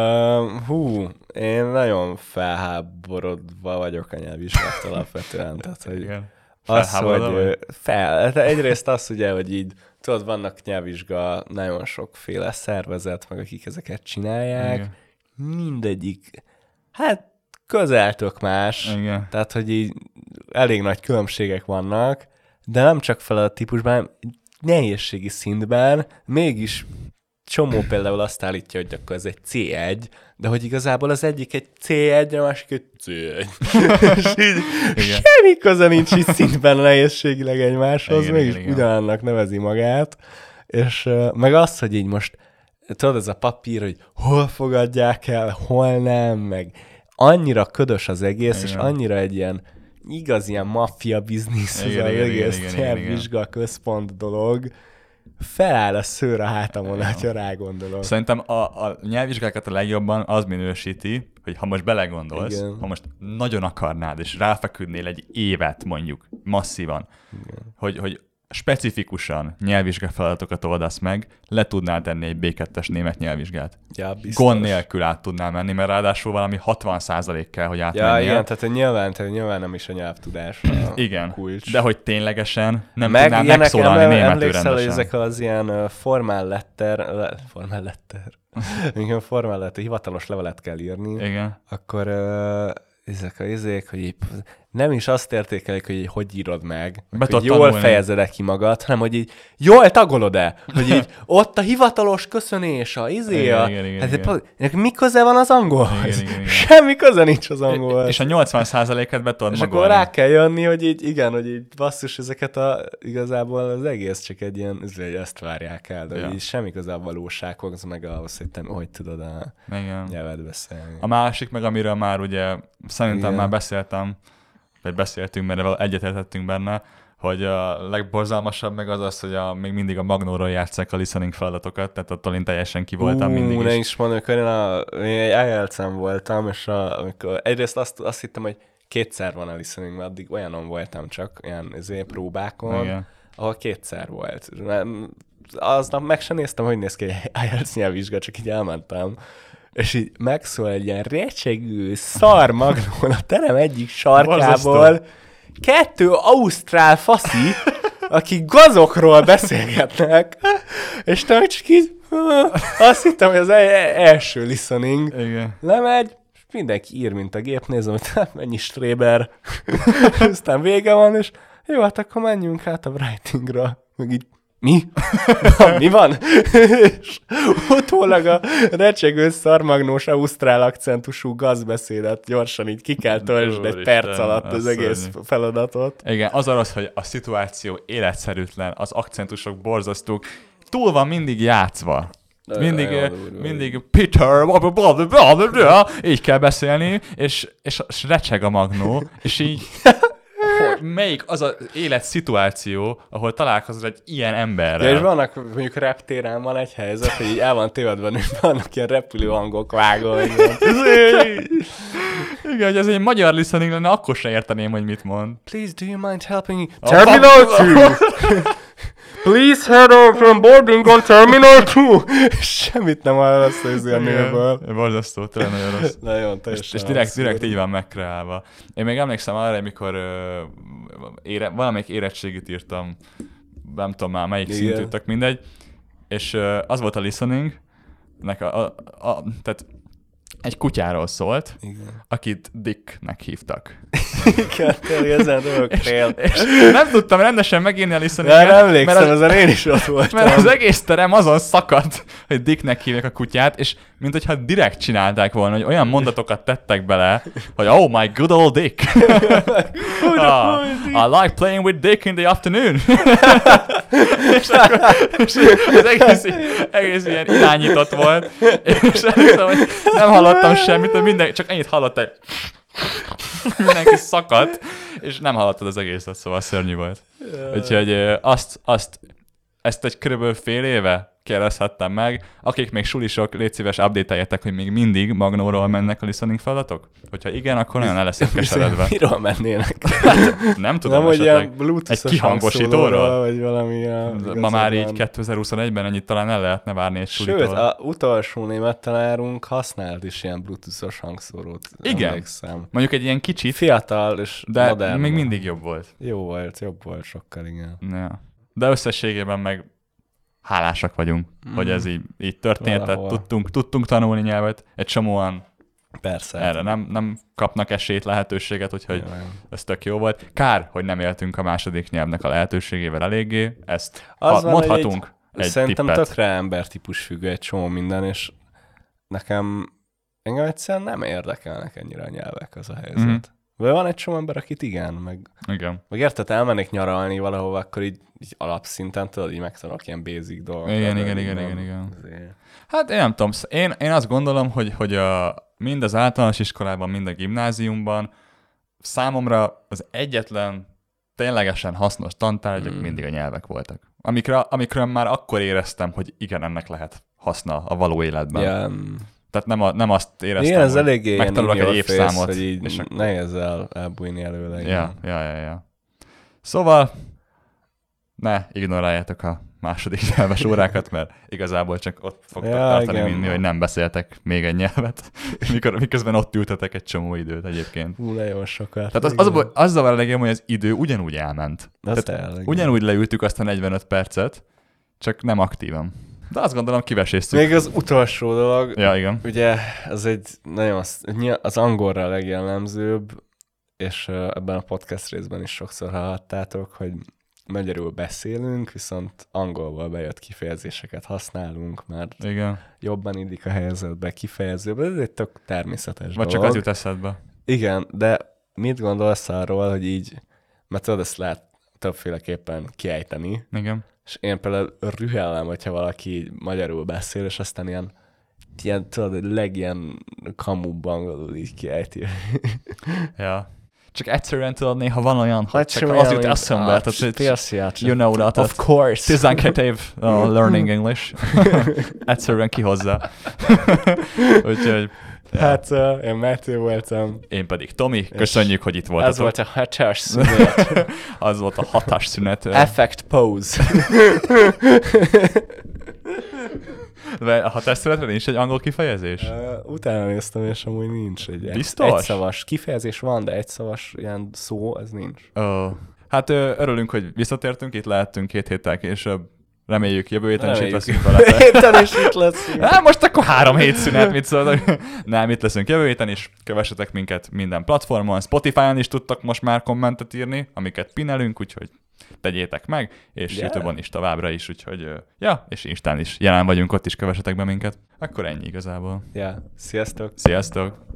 S1: Uh, hú, én nagyon felháborodva vagyok a nyelvvizsgáktól alapvetően. Tehát, hogy
S2: igen.
S1: Az, hogy fel. Egyrészt az ugye, hogy így, tudod, vannak nyelvvizsga, nagyon sokféle szervezet, meg akik ezeket csinálják. Igen. Mindegyik, hát közel tök más.
S2: Igen.
S1: Tehát, hogy így elég nagy különbségek vannak, de nem csak feladattípusban, nehézségi szintben mégis csomó például azt állítja, hogy akkor ez egy cé egy, de hogy igazából az egyik egy cé egy, a másik egy cé egy. És így igen. Semmi köze nincs így szintben nehézségileg egymáshoz, igen, mégis igen, ugyanannak nevezi magát. És uh, meg az, hogy így most, tudod, ez a papír, hogy hol fogadják el, hol nem, meg annyira ködös az egész, igen. És annyira egy ilyen igaz ilyen maffia biznisz, igen, az igen, egész nyelvvizsga központ dolog, feláll a szőr a hátamon, ha rágondolok.
S2: Szerintem a, a nyelvvizsgákat a legjobban az minősíti, hogy ha most belegondolsz, igen. Ha most nagyon akarnád, és ráfeküdnél egy évet mondjuk, masszívan, hogy, hogy specifikusan nyelvvizsgafeladatokat oldasz meg, le tudnál tenni egy bé kettes német nyelvvizsgát.
S1: Ja, biztos.
S2: Gond nélkül át tudnál menni, mert ráadásul valami hatvan százalék kell, hogy átmenjél.
S1: Ja, igen, tehát nyilván, tehát nyilván nem is a nyelvtudás a
S2: igen,
S1: kulcs.
S2: De hogy ténylegesen nem meg, tudnál megszólalni németül
S1: emlékszel,
S2: rendesen.
S1: Hogy ezek az ilyen uh, formál letter, le, formál letter, igen, formál letter, hivatalos levelet kell írni,
S2: igen.
S1: Akkor uh, ezek a izék, hogy így nem is azt értékelik, hogy így hogy írod meg, meg hogy jól tanulni. Fejezed ki magad, hanem hogy így jól tagolod-e, hogy így ott a hivatalos köszönés, a izé,
S2: igen,
S1: a...
S2: igen, igen,
S1: hát igen. Mi köze van az angolhoz?
S2: Igen, igen, igen.
S1: Semmi köze nincs az angolhoz.
S2: És a nyolcvan százaléket be tudod
S1: és
S2: magolni.
S1: akkor rá kell jönni, hogy így igen, hogy így basszus, ezeket a, igazából az egész csak egy ilyen, hogy ezt várják el, de ja. Hogy így semmi köze a valósághoz, meg ahhoz, hogy te hogy tudod a igen. Nyelvet beszélni.
S2: A másik meg, amiről már ugye szerintem igen. Már beszéltem, vagy beszéltünk, mert egyetértettünk benne, hogy a legborzalmasabb meg az az, hogy a, még mindig a Magnóról játsszák a listening feladatokat, tehát attól én teljesen ki voltam
S1: uh,
S2: mindig is.
S1: ne is mondom, amikor én, a, én egy i e el té en voltam, és a, amikor egyrészt azt, azt hittem, hogy kétszer van a listening, mert addig olyanon voltam csak, ilyen izé, próbákon, igen. ahol kétszer volt. Aznap meg sem néztem, hogy néz ki egy i e el té nyelvvizsga, csak így elmentem. És így megszól egy ilyen recsegő szar Magnón a terem egyik sarkából, kettő ausztrál faszi, akik gazokról beszélgetnek, és te csak így, azt hittem, hogy az első listening
S2: igen.
S1: lemegy, és mindenki ír, mint a gép, nézem, hogy mennyi stréber, aztán vége van, és jó, hát akkor menjünk át a writingra, meg így, mi? Mi van? És utólag a recsegő szarmagnós ausztrál akcentusú gazbeszédet gyorsan így ki kell töltsd egy perc alatt az egész szörnyű feladatot.
S2: Igen, az az, hogy a szituáció életszerűtlen, az akcentusok borzasztók, túl van mindig játszva. Mindig, mindig Peter, így kell beszélni, és, és, és recseg a Magnó, és így hogy melyik az az életszituáció, ahol találkozol egy ilyen emberrel.
S1: Ja, és vannak, mondjuk reptéren van egy helyzet, hogy így el van tévedve, és vannak ilyen repülő hangok vágva.
S2: Igen, hogy ez egy magyar listening lenne, akkor se érteném, hogy mit mond.
S1: Please, do you mind helping me? Terminal two! Please head over from boarding on Terminal two! Semmit nem hallasz az ilyen nőből.
S2: Borzasztó, tényleg nagyon rossz.
S1: Nagyon teljesen.
S2: És, és direkt, direkt így van megkreálva. Én még emlékszem arra, amikor uh, ére, valamelyik érettségit írtam, nem tudom már melyik szintű, tök mindegy, és uh, az volt a listening, nek a, a, a, tehát egy kutyáról szólt, igen, akit Dicknek hívtak.
S1: Igen, tényleg ezen dolgok fél.
S2: És nem tudtam rendesen megírni a listeninget.
S1: Nem emlékszem, ezen én is ott voltam.
S2: Mert az egész terem azon szakadt, hogy Dicknek hívják a kutyát, és mint hogyha direkt csinálták volna, hogy olyan mondatokat tettek bele, hogy oh my good old Dick. ah, I like playing with Dick in the afternoon. és, akkor, és az egész, egész ilyen irányított volt, és emlékszem, hogy nem hallottam semmit, minden, csak ennyit hallottam, mindenki szakadt, és nem hallottad az egészet, szóval szörnyű volt. Úgyhogy azt, azt, ezt egy körülbelül fél éve kérdezhettem meg. Akik még sulisok, légy szíves, update-eljetek, hogy még mindig Magnóról mennek a listening feladatok? Hogyha igen, akkor nagyon el leszek keseredve.
S1: Miről mennének?
S2: Nem tudom,
S1: nem,
S2: esetleg egy kihangosítóról?
S1: Vagy valami a,
S2: ma már így kétezer-huszonegyben ennyit talán el lehetne várni egy sulitól.
S1: Sőt, a utolsó német tanárunk használt is ilyen bluetooth-os hangszórót.
S2: Igen.
S1: Emlékszem.
S2: Mondjuk egy ilyen kicsit.
S1: Fiatal és
S2: de
S1: modern.
S2: Még mindig jobb volt.
S1: Jó volt, jobb volt sokkal, igen.
S2: Ja. De összességében meg hálásak vagyunk, mm. hogy ez így, így történt, tehát tudtunk, tudtunk tanulni nyelvet, egy csomóan
S1: persze
S2: erre nem, nem kapnak esélyt, lehetőséget, úgyhogy ja, ez tök jó volt. Kár, hogy nem éltünk a második nyelvnek a lehetőségével eléggé, ezt ha, mondhatunk egy, egy
S1: szerintem
S2: tippet.
S1: Tökre embertípus függő egy csomó minden, és nekem engem egyszerűen nem érdekelnek ennyire a nyelvek, az a helyzet. Mm. De van egy csomó ember, akit igen, meg,
S2: igen.
S1: meg érted, elmennék nyaralni valahova, akkor így, így alapszinten tudod, így megtanulok ilyen basic dolgokat.
S2: Igen, igen, igen, igen, igen. Azért. Hát én nem tudom, én, én azt gondolom, hogy, hogy a, mind az általános iskolában, mind a gimnáziumban számomra az egyetlen ténylegesen hasznos tantárgyak mm. mindig a nyelvek voltak. Amikre, amikről már akkor éreztem, hogy igen, ennek lehet haszna a való életben.
S1: Yeah.
S2: Tehát nem, a, nem azt éreztem,
S1: igen, ez eléggé
S2: megtanulok egy évszámot.
S1: Hogy így
S2: és
S1: nehéz el, elbújni előle.
S2: Ja, ja, ja, ja. Szóval ne ignoráljátok a második nyelves órákat, mert igazából csak ott fogtok ja, tartani igen, minni, hogy nem beszéltek még egy nyelvet, mikor, miközben ott ültetek egy csomó időt egyébként.
S1: Hú, nagyon sokat.
S2: Tehát az, az, az zavar a legjobb, hogy az idő ugyanúgy elment. Ugyanúgy leültük azt a negyvenöt percet, csak nem aktívan. De azt gondolom, kiveséztük.
S1: Még az utolsó dolog,
S2: ja, igen.
S1: Ugye ez egy nagyon, az angolra a legjellemzőbb, és ebben a podcast részben is sokszor hallhattátok, hogy magyarul beszélünk, viszont angolból bejött kifejezéseket használunk, mert igen, jobban illik a helyzetbe, kifejezőbe, ez egy tök természetes
S2: vagy
S1: dolog.
S2: Csak az jut eszedbe.
S1: Igen, de mit gondolsz arról, hogy így, mert tudod, ezt lehet többféleképpen kiejteni.
S2: Igen.
S1: És én például rühellem, hogyha valaki magyarul beszél, és aztán ilyen, ilyen tudod, legilyen kamubban angolul így kiejti.
S2: Ja. csak egyszerűen tudod, néha van olyan, hogy csak
S1: Egyszerűen,
S2: az jut
S1: mint-
S2: eszembe.
S1: ah,
S2: Tehát,
S1: persze,
S2: you know that.
S1: Of course.
S2: tizenkét év uh, learning English. Egyszerűen kihozza. Úgyhogy... Ja.
S1: Hát uh, én Matthew voltam.
S2: Én pedig Tomi. Köszönjük, hogy itt voltatok.
S1: Ez volt a hatás szünet.
S2: Az volt a hatás szünet.
S1: Effect pose.
S2: De a hatásszületre nincs egy angol kifejezés?
S1: Uh, utána néztem, és amúgy nincs egy
S2: Biztos?
S1: egyszavas kifejezés van, de egyszavas ilyen szó, ez nincs.
S2: Oh. Hát ö, örülünk, hogy visszatértünk, itt lehettünk két héttel később. Reméljük jövő héten is itt leszünk veletek.
S1: Héten is itt leszünk.
S2: Hát most akkor három hét szünet, mit szóltak? Nem, itt leszünk jövő héten is. Kövessetek minket minden platformon. Spotify-on is tudtak most már kommentet írni, amiket pinelünk, úgyhogy tegyétek meg, és yeah. YouTube-on is továbbra is, úgyhogy ja, és Instán is jelen vagyunk, ott is kövessetek be minket. Akkor ennyi igazából.
S1: Ja, sziasztok!
S2: Sziasztok!